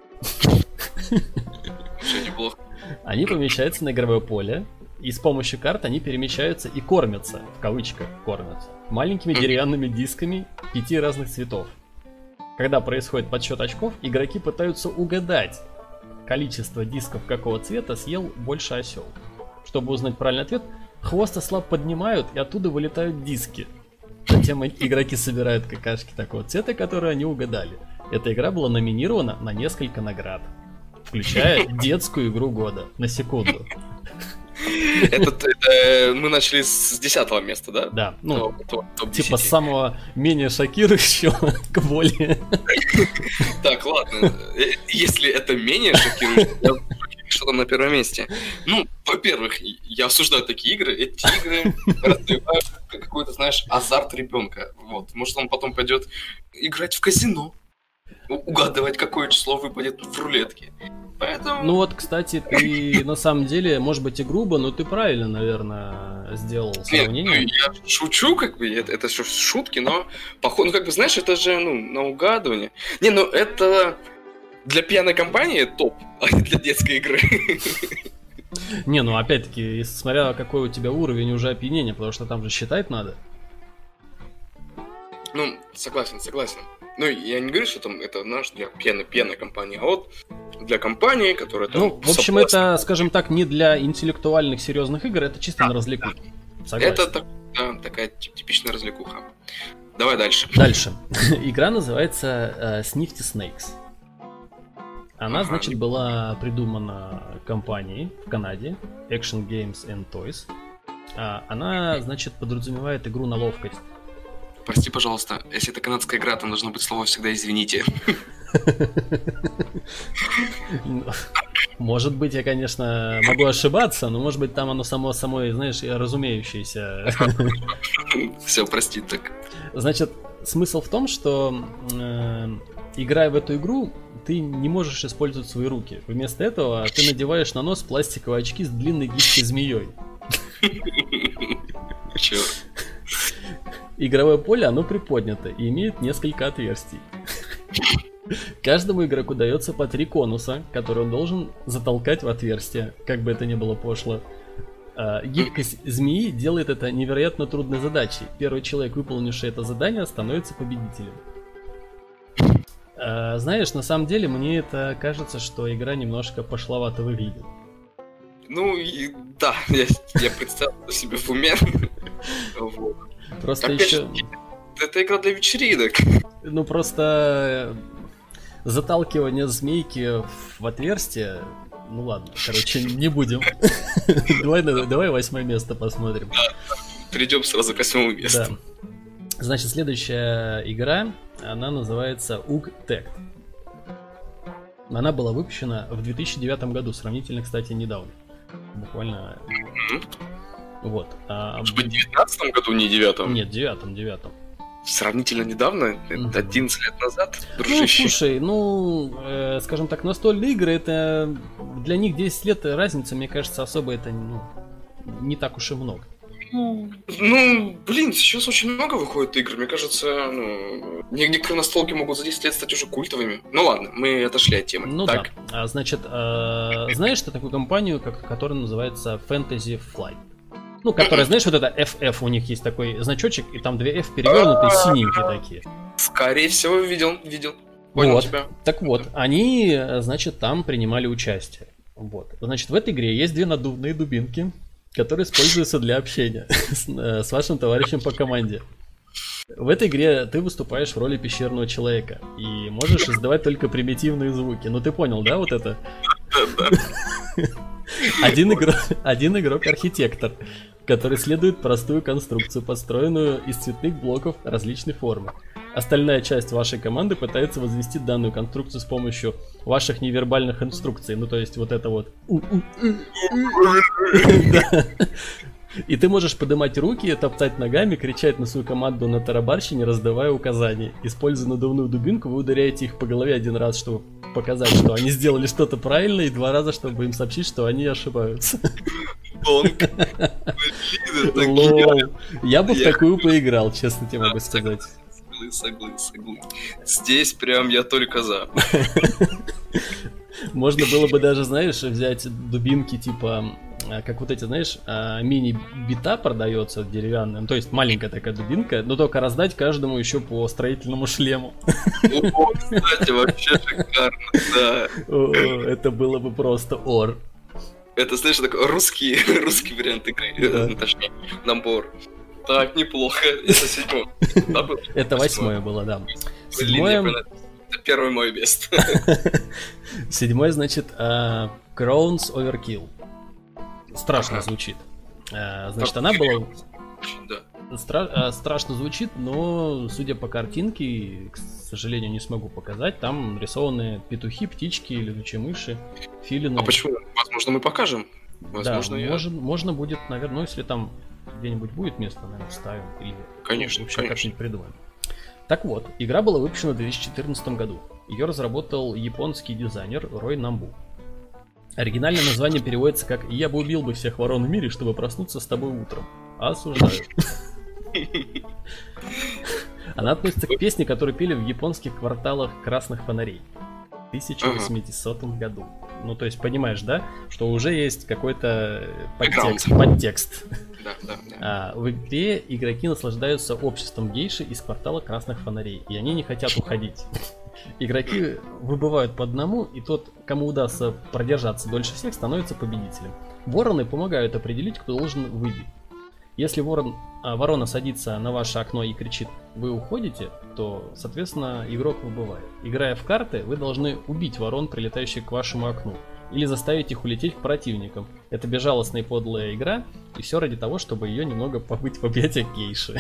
Они помещаются на игровое поле. И с помощью карт они перемещаются и кормятся, в кавычках кормятся, маленькими деревянными дисками 5 разных цветов. Когда происходит подсчет очков, игроки пытаются угадать количество дисков какого цвета съел больше осел. Чтобы узнать правильный ответ, хвост осла поднимают, и оттуда вылетают диски. Затем игроки собирают какашки такого цвета, которые они угадали. Эта игра была номинирована на несколько наград, включая детскую игру года. На секунду. Это мы начали с 10-го места, да? Да, ну, типа с самого менее шокирующего к более. Так, ладно, если это менее шокирующее, что там на первом месте? Ну, во-первых, я осуждаю такие игры. Эти игры развивают какой-то, знаешь, азарт ребенка. Вот, может, он потом пойдет играть в казино, угадывать, какое число выпадет в рулетке. Поэтому... Ну вот, кстати, ты на самом деле, может быть и грубо, но ты правильно, наверное, сделал сравнение. Нет, я шучу, как бы, это все шутки, но, походу, ну, как бы, знаешь, это же, ну, на угадывание. Не, ну, это для пьяной компании топ, а не для детской игры. Не, ну, опять-таки, смотря какой у тебя уровень уже опьянения, потому что там же считать надо. Ну, согласен. Ну, я не говорю, что там это наш для пьяной компании, а вот для компании, которая там... Ну, в общем, это, скажем так, не для интеллектуальных серьезных игр, это чисто на развлекуху. Согласен. Это такая типичная развлекуха. Давай дальше. Дальше. Игра называется Snifty Snakes. Она, значит, была придумана компанией в Канаде, Action Games and Toys. Она, значит, подразумевает игру на ловкость. Прости, пожалуйста, если это канадская игра, там должно быть слово всегда «извините». Может быть, я, конечно, могу ошибаться, но может быть там оно само собой, знаешь, разумеющееся. Все, прости, так. Значит, смысл в том, что играя в эту игру, ты не можешь использовать свои руки. Вместо этого ты надеваешь на нос пластиковые очки с длинной гибкой змеей. Чё? Игровое поле, оно приподнято и имеет несколько отверстий. Каждому игроку дается по 3 конуса, которые он должен затолкать в отверстие, как бы это ни было пошло. Гибкость змеи делает это невероятно трудной задачей. Первый человек, выполнивший это задание, становится победителем. Знаешь, на самом деле, мне это кажется, что игра немножко пошловато выглядит. Ну, да, я представил себе в уме. Просто еще... Это игра для вечеринок. Ну, просто заталкивание змейки в отверстие... Ну ладно, короче, не будем. Давай 8 место посмотрим. Да, перейдем сразу к 8 месту. Да. Значит, следующая игра, она называется Uggtakt. Она была выпущена в 2009 году, сравнительно, кстати, недавно. Буквально... Вот. Может быть, в 19 году, не 9? Нет, в 9. Сравнительно недавно? 11 лет назад? Дружище. Ну, слушай, скажем так, настольные игры, это... Для них 10 лет разница, мне кажется, особо это не так уж и много. Ну, блин, сейчас очень много выходит игр. Мне кажется, некоторые настолки могут за 10 лет стать уже культовыми. Ну ладно, мы отошли от темы. Ну так. Да. Значит, знаешь ты такую компанию, которая называется Fantasy Flight? Ну, которая, знаешь, вот это FF, у них есть такой значочек, и там 2 F перевернутые, синенькие такие. Скорее всего, видел. Понял вот. тебя. Так вот, они, значит, там принимали участие. Вот. Значит, в этой игре есть 2 надувные дубинки, которые используются для общения с вашим товарищем по команде. В этой игре ты выступаешь в роли пещерного человека и можешь издавать только примитивные звуки. Ну ты понял, да, вот это? Один игрок архитектор, который следует простую конструкцию, построенную из цветных блоков различной формы. Остальная часть вашей команды пытается возвести данную конструкцию с помощью ваших невербальных инструкций. Ну, то есть вот это вот. И ты можешь поднимать руки, топтать ногами, кричать на свою команду на тарабарщине, раздавая указания. Используя надувную дубинку, вы ударяете их по голове 1 раз, чтобы показать, что они сделали что-то правильно, и 2 раза, чтобы им сообщить, что они ошибаются. Лол. Я бы в такую поиграл, честно тебе могу сказать. Согласен. Здесь прям я только за. Можно было бы даже, знаешь, взять дубинки типа, как вот эти, знаешь, мини-бита продается деревянная, то есть маленькая такая дубинка, но только раздать каждому еще по строительному шлему. О, кстати, вообще шикарно, да. Это было бы просто ор. Это, знаешь, такой русский вариант игры, точнее, набор. Так, неплохо. Это 7. Это 8 было, да. 7. Это первый мой мест. 7, значит, Crown's Overkill. Страшно звучит. Значит, она была... Страшно звучит, но, судя по картинке, к сожалению, не смогу показать, там рисованы петухи, птички, летучие мыши, филины. А почему? Возможно, мы покажем. Возможно, да, можно будет, наверное, ну, если там где-нибудь будет место, наверное, вставим. Или конечно, вообще как-нибудь придумаем. Так вот, игра была выпущена в 2014 году. Ее разработал японский дизайнер Рой Намбу. Оригинальное название переводится как «Я бы убил бы всех ворон в мире, чтобы проснуться с тобой утром». Осуждаю. Она относится к песне, которую пели в японских кварталах красных фонарей в 1800 году. Ну, то есть, понимаешь, да, что уже есть какой-то подтекст. Да. В игре игроки наслаждаются обществом гейши из квартала красных фонарей, и они не хотят уходить. Игроки выбывают по одному, и тот, кому удастся продержаться дольше всех, становится победителем. Вороны помогают определить, кто должен выйти. Если ворона садится на ваше окно и кричит «Вы уходите», то, соответственно, игрок выбывает. Играя в карты, вы должны убить ворон, прилетающих к вашему окну, или заставить их улететь к противникам. Это безжалостная и подлая игра, и все ради того, чтобы ее немного побыть в объятиях гейши.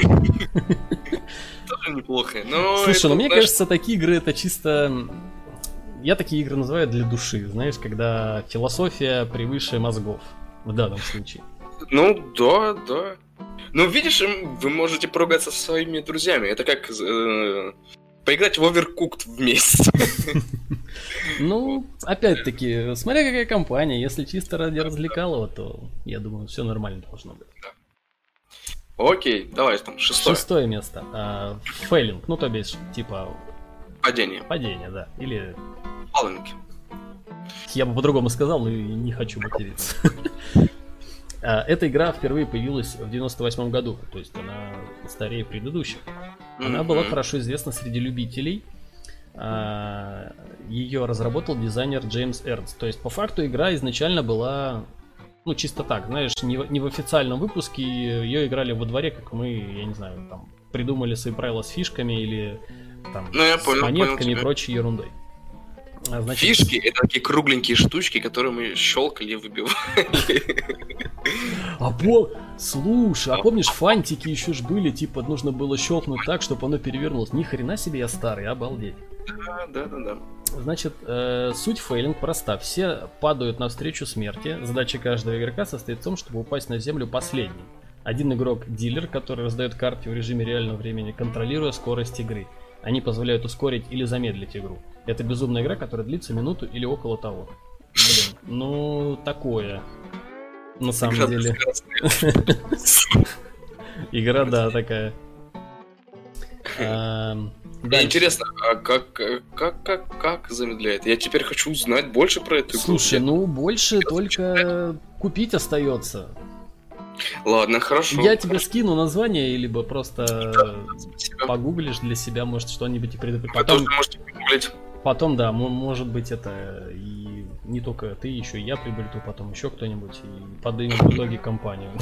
Тоже неплохо. Слушай, мне кажется, такие игры это чисто... Я такие игры называю для души, знаешь, когда философия превыше мозгов, в данном случае. Ну, да. Ну, видишь, вы можете поругаться со своими друзьями. Это как поиграть в Overcooked вместе. Ну, опять-таки, смотря какая компания. Если чисто ради развлекалого, то, я думаю, все нормально должно быть. Окей, давай там, шестое. Шестое место. Фейлинг, ну то бишь, типа... Падение. Падение, да. Или... Фаллинг. Я бы по-другому сказал, но и не хочу материться. Эта игра впервые появилась в 98 году, то есть она старее предыдущих. Она была хорошо известна среди любителей. Ее разработал дизайнер Джеймс Эрнст. То есть по факту игра изначально была, ну чисто так, знаешь, не в официальном выпуске. Ее играли во дворе, как мы, я не знаю, там придумали свои правила с фишками или там с монетками и прочей ерундой. Значит, фишки — это такие кругленькие штучки, которые мы щелкали и выбивали. Слушай, а помнишь, фантики еще ж были, типа нужно было щелкнуть так, чтобы оно перевернулось. Ни хрена себе я старый, обалдеть. Да. Значит, суть фейлинг проста. Все падают навстречу смерти. Задача каждого игрока состоит в том, чтобы упасть на землю последним. Один игрок — дилер, который раздает карты в режиме реального времени, контролируя скорость игры. Они позволяют ускорить или замедлить игру. Это безумная игра, которая длится минуту или около того. Блин, ну такое. На самом деле. Игра, да, такая. Интересно, а как замедляет? Я теперь хочу узнать больше про эту игру. Слушай, ну больше только купить остается. Ладно, хорошо. Я тебе скину название, либо просто погуглишь для себя, может, что-нибудь и предупредить. Вы тоже можете погуглить. Потом, да, может быть, это и не только ты, еще и я приобрету, потом еще кто-нибудь, и поднимем в итоге компанию.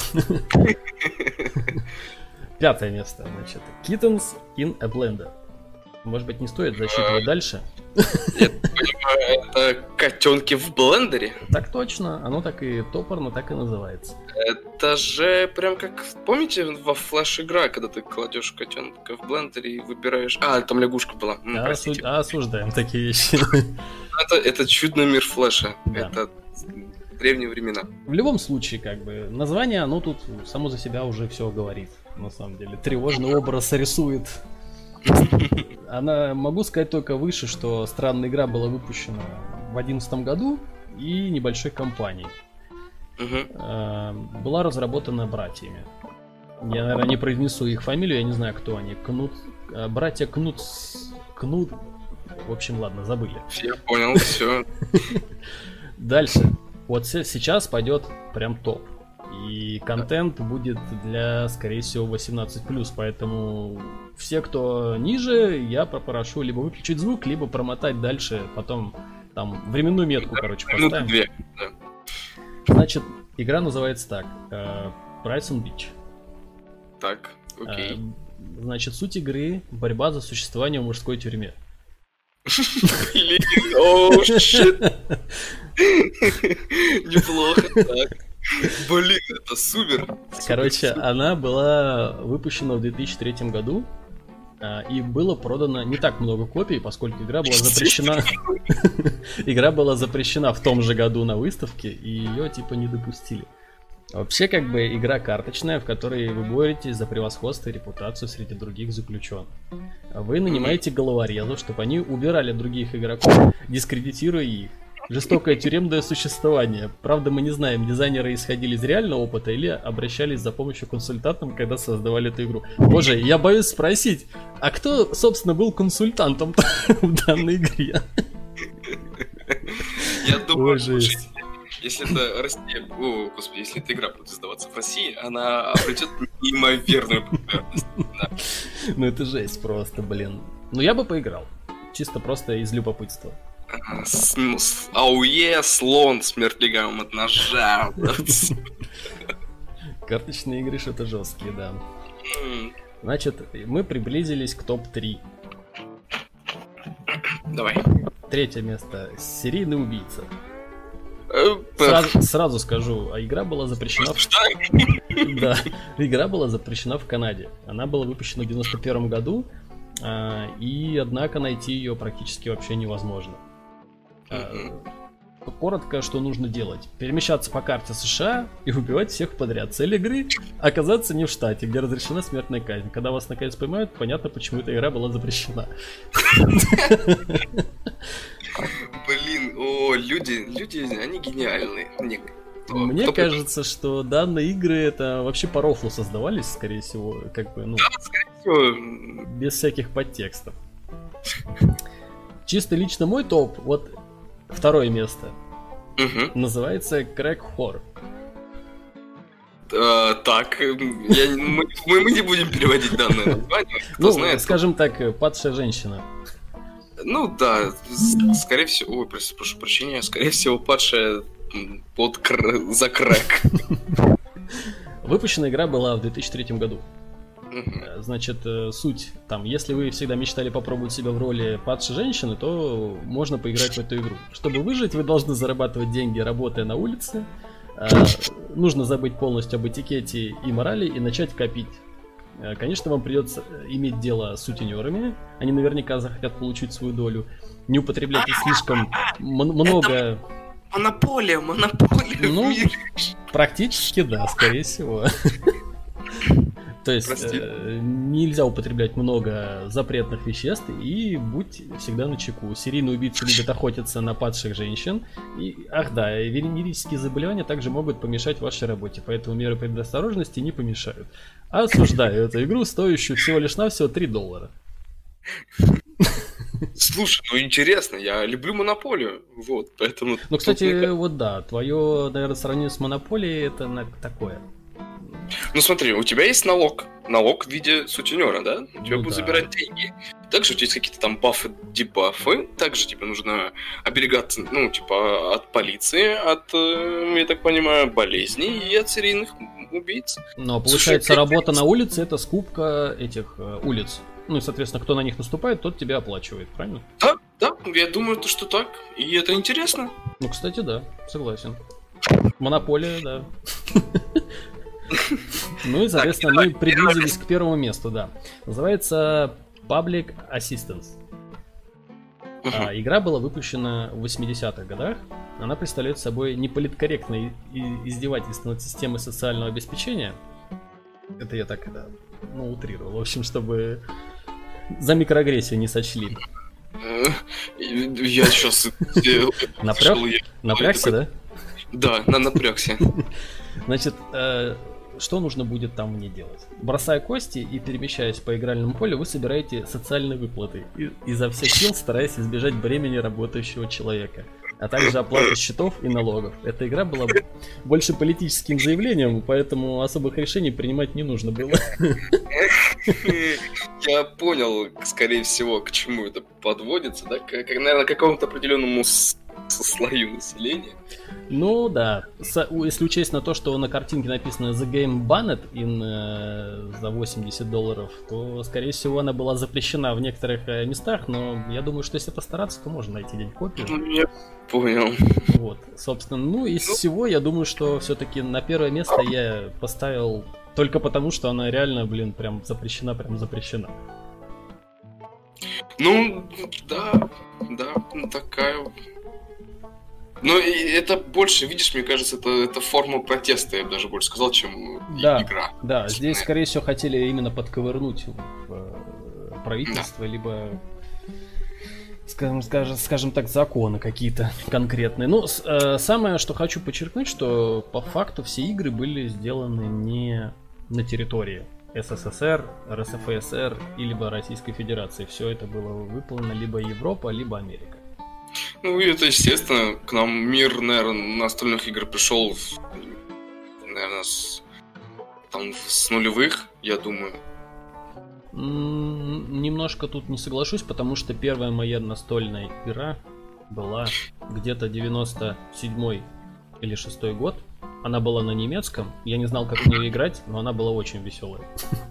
Пятое место, значит, Kittens in a Blender. Может быть, не стоит засчитывать дальше? Я понимаю, это котенки в блендере? Так точно, оно так и топорно, так и называется. Это же прям как, помните, во флеш игра, когда ты кладешь котенка в блендере и выбираешь... там лягушка была. Осуждаем такие вещи. Это чудный мир флеша. Да. Это древние времена. В любом случае, как бы, название, оно тут само за себя уже все говорит, на самом деле. Тревожный образ рисует. Могу сказать только выше, что странная игра была выпущена в 2011 году и небольшой компанией. Была разработана братьями. Я, наверное, не произнесу их фамилию, я не знаю, кто они. Братья Кнут. В общем, ладно, забыли. Я понял, все. Дальше. Вот сейчас пойдет прям топ. И контент будет для, скорее всего, 18+, поэтому все, кто ниже, я попрошу либо выключить звук, либо промотать дальше, потом там временную метку, короче, поставим. 2, да. Значит, игра называется так, Prison Beach. Так, окей. Значит, суть игры — борьба за существование в мужской тюрьме. Блин, оу, щит. Неплохо, так. Блин, это супер. Короче, она была выпущена в 2003 году, и было продано не так много копий, поскольку игра была запрещена. Игра была запрещена в том же году на выставке, и ее типа не допустили. Вообще, как бы, игра карточная, в которой вы боретесь за превосходство и репутацию среди других заключенных. Вы нанимаете головорезов, чтобы они убирали других игроков, дискредитируя их. Жестокое тюремное существование. Правда, мы не знаем, дизайнеры исходили из реального опыта или обращались за помощью к консультантам, когда создавали эту игру. Боже, я боюсь спросить, а кто, собственно, был консультантом в данной игре? Я думаю, если это Россия, господи, если эта игра будет издаваться в России, она обретет неимоверную популярность. Ну это жесть просто, блин. Ну я бы поиграл, чисто просто из любопытства. Ауе, слон с мертвяком от ножа. Карточные игры что-то жесткие, да. Значит, мы приблизились к топ-3. Давай. Третье место. Серийный убийца. Сразу скажу, игра была запрещена. Да, игра была запрещена в Канаде. Она была выпущена в 91 году, и однако найти ее практически вообще невозможно. Коротко, что нужно делать: перемещаться по карте США и убивать всех подряд. Цель игры — оказаться не в штате, где разрешена смертная казнь. Когда вас наконец поймают, понятно, почему эта игра была запрещена. Блин, люди, они гениальные. Мне кажется, что данные игры это вообще по рофлу создавались, скорее всего, как бы, да, скорее всего. Без всяких подтекстов. Чисто лично мой топ, вот второе место, называется Crack Whore. Так, мы не будем переводить данное название. Ну, знает, скажем так, падшая женщина. Ну да, скорее всего, прошу прощения, скорее всего, падшая за крэк. Выпущена игра была в 2003 году. Значит, суть там, если вы всегда мечтали попробовать себя в роли падшей женщины, то можно поиграть в эту игру. Чтобы выжить, вы должны зарабатывать деньги, работая на улице. Нужно забыть полностью об этикете и морали и начать копить. Конечно, вам придется иметь дело с сутенерами. Они наверняка захотят получить свою долю. Не употребляйте слишком много... Монополия ну, практически да, скорее всего. То есть нельзя употреблять много запретных веществ и будь всегда начеку. Серийные убийцы любят охотиться на падших женщин. И, венерические заболевания также могут помешать вашей работе, поэтому меры предосторожности не помешают. Осуждаю эту игру, стоящую всего лишь навсего $3. Слушай, ну интересно, я люблю Монополию, вот, поэтому... Ну, кстати, вот да, твое, наверное, сравнение с Монополией, это такое. Ну смотри, у тебя есть налог в виде сутенера, да? У тебя будут забирать деньги. Также у тебя есть какие-то там бафы, дебафы. Также тебе нужно оберегаться, ну, типа, от полиции, от, я так понимаю, болезней и от серийных убийц. Но получается, работа на улице — это скупка этих улиц. Ну и, соответственно, кто на них наступает, тот тебя оплачивает, правильно? Да, я думаю, что так. И это интересно. Ну, кстати, да, согласен. Монополия, да. Ну и, соответственно, мы приблизились к первому месту, да. Называется Public Assistance. Игра была выпущена в 80-х годах. Она представляет собой неполиткорректное издевательство над системой социального обеспечения. Это я так, утрировал. В общем, чтобы за микроагрессию не сочли. Я сейчас... Напрягся, да? Да, напрягся. Значит, что нужно будет там мне делать? Бросая кости и перемещаясь по игральному полю, вы собираете социальные выплаты, изо всех сил стараясь избежать бремени работающего человека, а также оплаты счетов и налогов. Эта игра была больше политическим заявлением, поэтому особых решений принимать не нужно было. Я понял, скорее всего, к чему это подводится, да? Наверное, к какому-то определенному слою населения. Ну да, если учесть на то, что на картинке написано The Game Banned за $80, то, скорее всего, она была запрещена в некоторых местах, но я думаю, что если постараться, то можно найти где-нибудь копию. Я понял. Вот, собственно, из всего, я думаю, что все-таки на первое место я поставил только потому, что она реально, прям запрещена. Ну, да, такая... Но это больше, видишь, мне кажется, это форма протеста, я бы даже больше сказал, чем игра. Да, здесь, скорее всего, хотели именно подковырнуть правительство, либо, скажем так, законы какие-то конкретные. Ну, самое, что хочу подчеркнуть, что по факту все игры были сделаны не на территории СССР, РСФСР, либо Российской Федерации. Все это было выполнено либо Европа, либо Америка. Ну, это естественно, к нам мир, наверное, настольных игр пришел, наверное, с нулевых, я думаю. Немножко тут не соглашусь, потому что первая моя настольная игра была где-то 97-й или 6-й год. Она была на немецком, я не знал, как в нее играть, но она была очень веселая.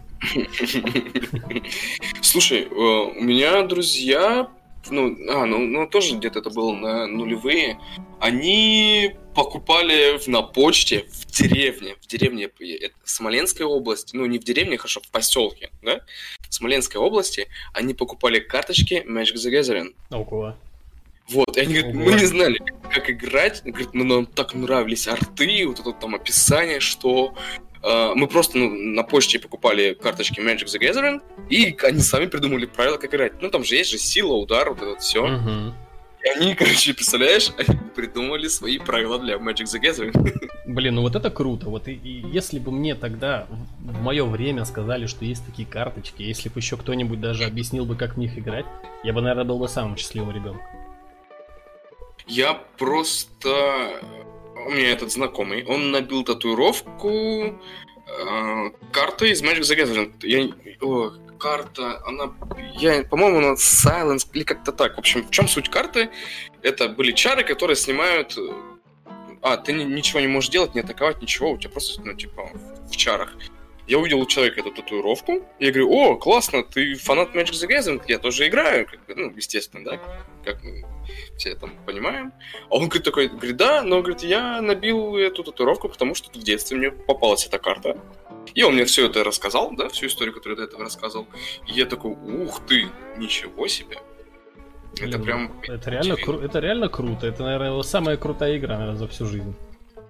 Слушай, у меня друзья... тоже где-то это было на нулевые. Они покупали на почте в деревне, в Смоленской области, не в деревне, хорошо, в поселке, да? В Смоленской области они покупали карточки Magic the Gathering. Ого. Вот, и они говорят, мы не знали, как играть. Говорят, нам так нравились арты, вот это там описание, что... Мы просто на почте покупали карточки Magic the Gathering, и они сами придумали правила, как играть. Там же есть сила, удар, вот это все. И они, представляешь, они придумали свои правила для Magic the Gathering. Блин, ну вот это круто. Вот и если бы мне тогда в мое время сказали, что есть такие карточки, если бы еще кто-нибудь даже объяснил бы, как в них играть, я бы, наверное, был бы самым счастливым ребенком. Я просто... У меня этот знакомый, он набил татуировку карты из Magic the Gathering. Карта, она... по-моему, она Silence или как-то так. В общем, в чем суть карты? Это были чары, которые снимают... ты ничего не можешь делать, не атаковать, ничего, у тебя просто, в чарах. Я увидел у человека эту татуировку, и я говорю, о, классно, ты фанат Magic the Gathering, я тоже играю, естественно, да, как мы все там понимаем. А он говорит, да, но, говорит, я набил эту татуировку, потому что в детстве мне попалась эта карта. И он мне все это рассказал, да, всю историю, которую я до этого рассказывал. И я такой, ух ты, ничего себе. Это прям... Это реально круто. Это, наверное, самая крутая игра, наверное, за всю жизнь.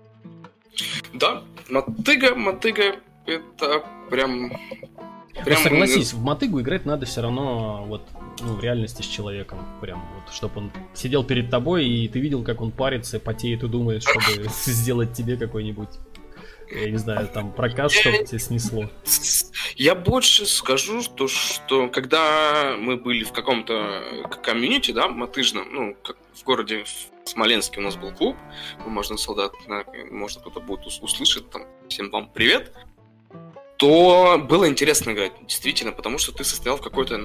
Да, мотыга, это прям... Согласись, в мотыгу играть надо все равно в реальности с человеком. Прям чтобы он сидел перед тобой, и ты видел, как он парится, потеет и думает, чтобы сделать тебе какой-нибудь... Я не знаю, там проказ, чтобы тебе снесло. Я больше скажу, что когда мы были в каком-то комьюнити, да, мотыжном, как в городе в Смоленске у нас был клуб, можно солдат, может кто-то будет услышать, там, всем вам привет, то было интересно играть, действительно, потому что ты состоял в какой-то,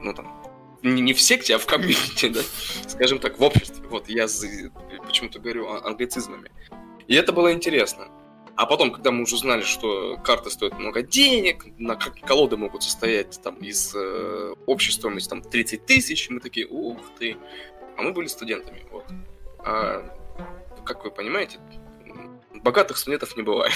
не в секте, а в комьюнити, да, скажем так, в обществе. Вот, я почему-то говорю англицизмами. И это было интересно. А потом, когда мы уже узнали, что карты стоят много денег, колоды могут состоять там из общей стоимости там 30 тысяч, мы такие, ух ты. А мы были студентами, вот. Как вы понимаете, богатых студентов не бывает.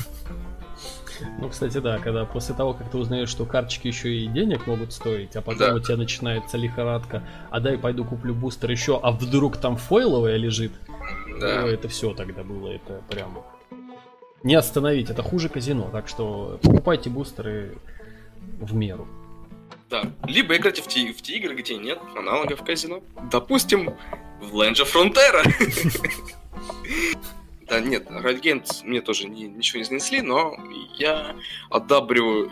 Ну, кстати, да, когда после того, как ты узнаешь, что карточки еще и денег могут стоить, а потом у тебя начинается лихорадка, дай пойду куплю бустер еще, а вдруг там фойловая лежит, это все тогда было, это прям... Не остановить, это хуже казино, так что покупайте бустеры в меру. Да, либо играйте в те игры, где нет аналогов казино. Допустим, в Land of Frontera. Да нет, Radiant мне тоже ничего не снесли, но я одобряю,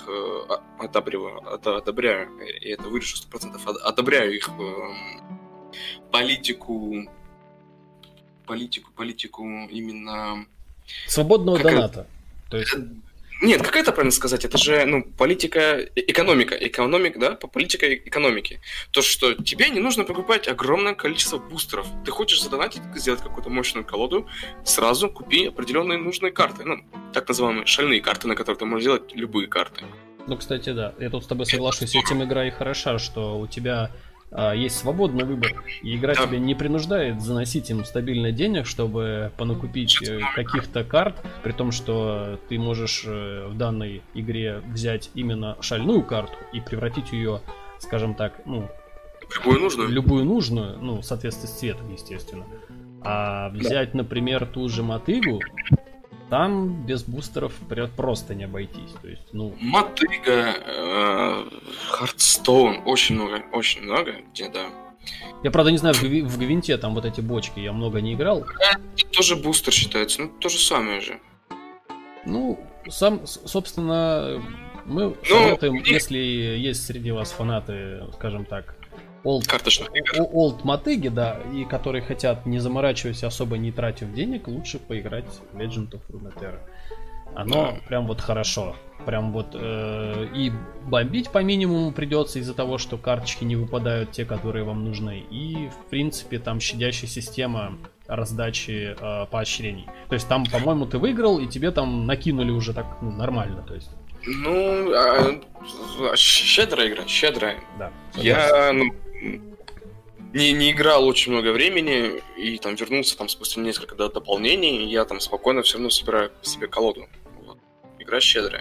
и это вырежу 100%, одобряю их политику именно... Свободного доната. То есть... Нет, как это правильно сказать? Это же, политика, экономика, да, политика экономики. То, что тебе не нужно покупать огромное количество бустеров. Ты хочешь задонатить, сделать какую-то мощную колоду, сразу купи определенные нужные карты. Так называемые шальные карты, на которые ты можешь сделать любые карты. Кстати, да, я тут с тобой соглашусь, этим игра и хороша, что у тебя есть свободный выбор, и игра тебя не принуждает заносить им стабильно денег, чтобы понакупить каких-то карт, при том, что ты можешь в данной игре взять именно шальную карту и превратить ее, скажем так, любую нужную, в соответствии с цветом, естественно. А взять, например, ту же мотыгу, там без бустеров просто не обойтись. То есть, Мотыга, Hearthstone, очень много, где, да. Я, правда, не знаю, в Гвинте там вот эти бочки, я много не играл. Это тоже бустер считается, то же самое же. Собственно, мы советуем, если есть среди вас фанаты, скажем так, олд мотыги, да, и которые хотят, не заморачиваясь, особо не тратив денег, лучше поиграть в Legend of Runeterra. Оно прям хорошо. Прям и бомбить по минимуму придется из-за того, что карточки не выпадают те, которые вам нужны. И, в принципе, там щадящая система раздачи поощрений. То есть там, по-моему, ты выиграл, и тебе там накинули уже так нормально. То есть. Щедрая игра, щедрая. Да. Я не играл очень много времени, и там вернулся спустя несколько дополнений, и я там спокойно все равно собираю себе колоду. Игра щедрая.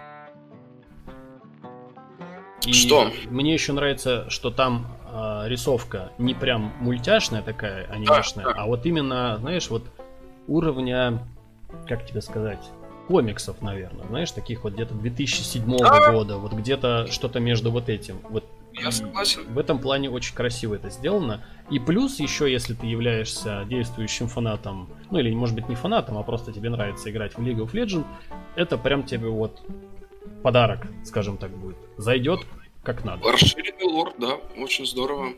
И что? Мне еще нравится, что там рисовка не прям мультяшная такая, анимешная, а вот именно, знаешь, уровня, как тебе сказать, комиксов, наверное, знаешь, таких где-то 2007 года, где-то что-то между этим. Я согласен. В этом плане очень красиво это сделано. И плюс еще, если ты являешься действующим фанатом, ну или может быть не фанатом, а просто тебе нравится играть в League of Legends, это прям тебе вот подарок, скажем так, будет. Зайдет как надо. Расширенный лор, да, очень здорово.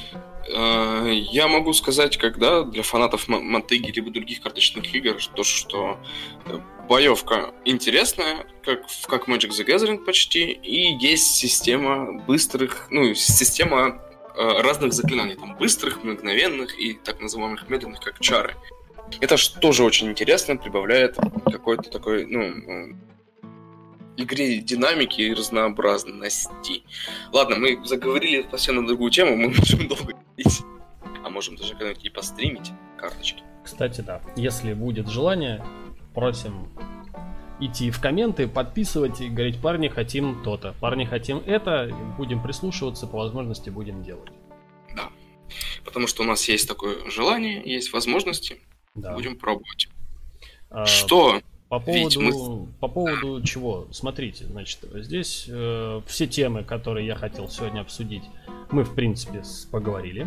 Я могу сказать, когда для фанатов Мотыги либо других карточных игр, то, что боевка интересная, как Magic the Gathering почти, и есть система быстрых, ну, система разных заклинаний, там, быстрых, мгновенных и так называемых медленных, как чары. Это тоже очень интересно, прибавляет какой-то такой, ну, игре динамики и разнообразности. Ладно, мы заговорили совсем на другую тему, мы можем долго говорить. А можем даже когда-нибудь и постримить карточки. Кстати, да. Если будет желание, просим идти в комменты, подписывать и говорить: парни, хотим то-то, парни, хотим это, будем прислушиваться, по возможности будем делать. Да. Потому что у нас есть такое желание, есть возможности. Да. Будем пробовать. Что? По поводу чего? Смотрите, значит, здесь все темы, которые я хотел сегодня обсудить, мы, в принципе, поговорили.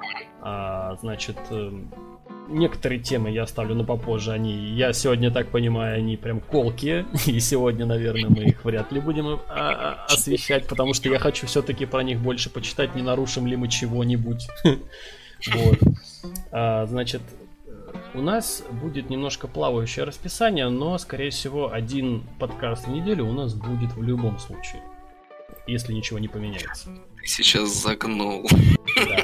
Значит, некоторые темы я оставлю на попозже. Я сегодня так понимаю, они прям колкие. И сегодня, наверное, мы их вряд ли будем освещать, потому что я хочу все-таки про них больше почитать, не нарушим ли мы чего-нибудь. Вот. Значит, у нас будет немножко плавающее расписание, но, скорее всего, один подкаст в неделю у нас будет в любом случае, если ничего не поменяется. Ты сейчас загнул. Да.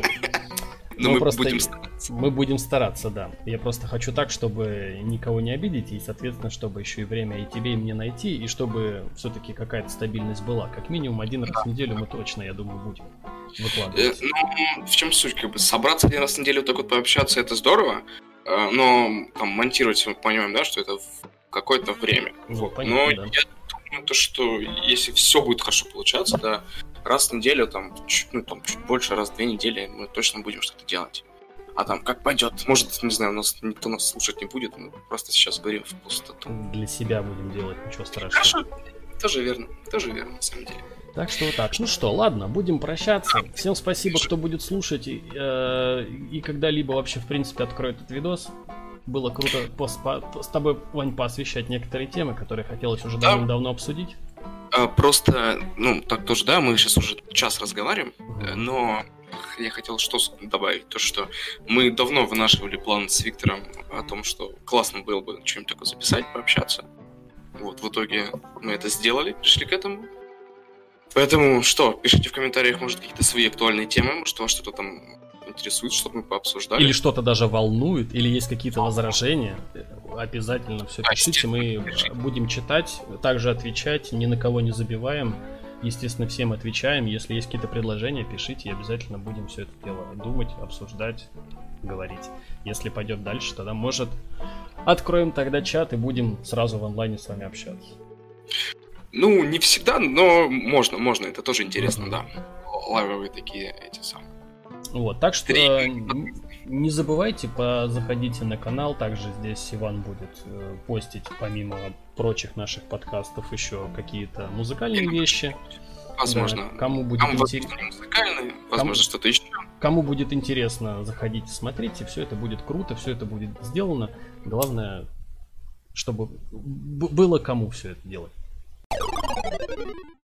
Но мы будем стараться, да. Я просто хочу так, чтобы никого не обидеть, и, соответственно, чтобы еще и время и тебе, и мне найти, и чтобы все-таки какая-то стабильность была. Как минимум один раз в неделю мы точно, я думаю, будем выкладывать. Ну, в чем суть? Как бы собраться один раз в неделю, так вот пообщаться, это здорово, но там монтировать мы понимаем, да, что это в какое-то время. Вот, понятно, но да. Я думаю, то, что если все будет хорошо получаться, да, раз в неделю, там чуть больше, раз в 2 недели мы точно будем что-то делать. А там как пойдет, может, не знаю, никто нас слушать не будет, мы просто сейчас говорим в пустоту. Для себя будем делать, ничего страшного. Хорошо, тоже верно, на самом деле. Так что вот так. Ну что, ладно, будем прощаться. Всем спасибо, кто будет слушать и когда-либо вообще, в принципе, откроет этот видос. Было круто с тобой, Вань, поосвещать некоторые темы, которые хотелось уже давно обсудить. Просто, так тоже, да, мы сейчас уже час разговариваем, но я хотел что добавить, то, что мы давно вынашивали план с Виктором о том, что классно было бы что-нибудь такое записать, пообщаться. Вот, в итоге мы это сделали, пришли к этому. Поэтому что, пишите в комментариях, может, какие-то свои актуальные темы, может, вас что-то там интересует, чтобы мы пообсуждали. Или что-то даже волнует, или есть какие-то возражения, обязательно все пишите, мы будем читать, также отвечать, ни на кого не забиваем. Естественно, всем отвечаем. Если есть какие-то предложения, пишите, и обязательно будем все это дело думать, обсуждать, говорить. Если пойдет дальше, тогда, может, откроем тогда чат и будем сразу в онлайне с вами общаться. Ну, не всегда, но можно, это тоже интересно, да. Лайвовые такие эти самые. Вот, так что не забывайте, заходите на канал, также здесь Иван будет постить, помимо прочих наших подкастов, еще какие-то музыкальные вещи. Возможно. Да, кому будет музыкальные, возможно, что-то еще. Кому будет интересно, заходите, смотрите, все это будет круто, все это будет сделано. Главное, чтобы было кому все это делать.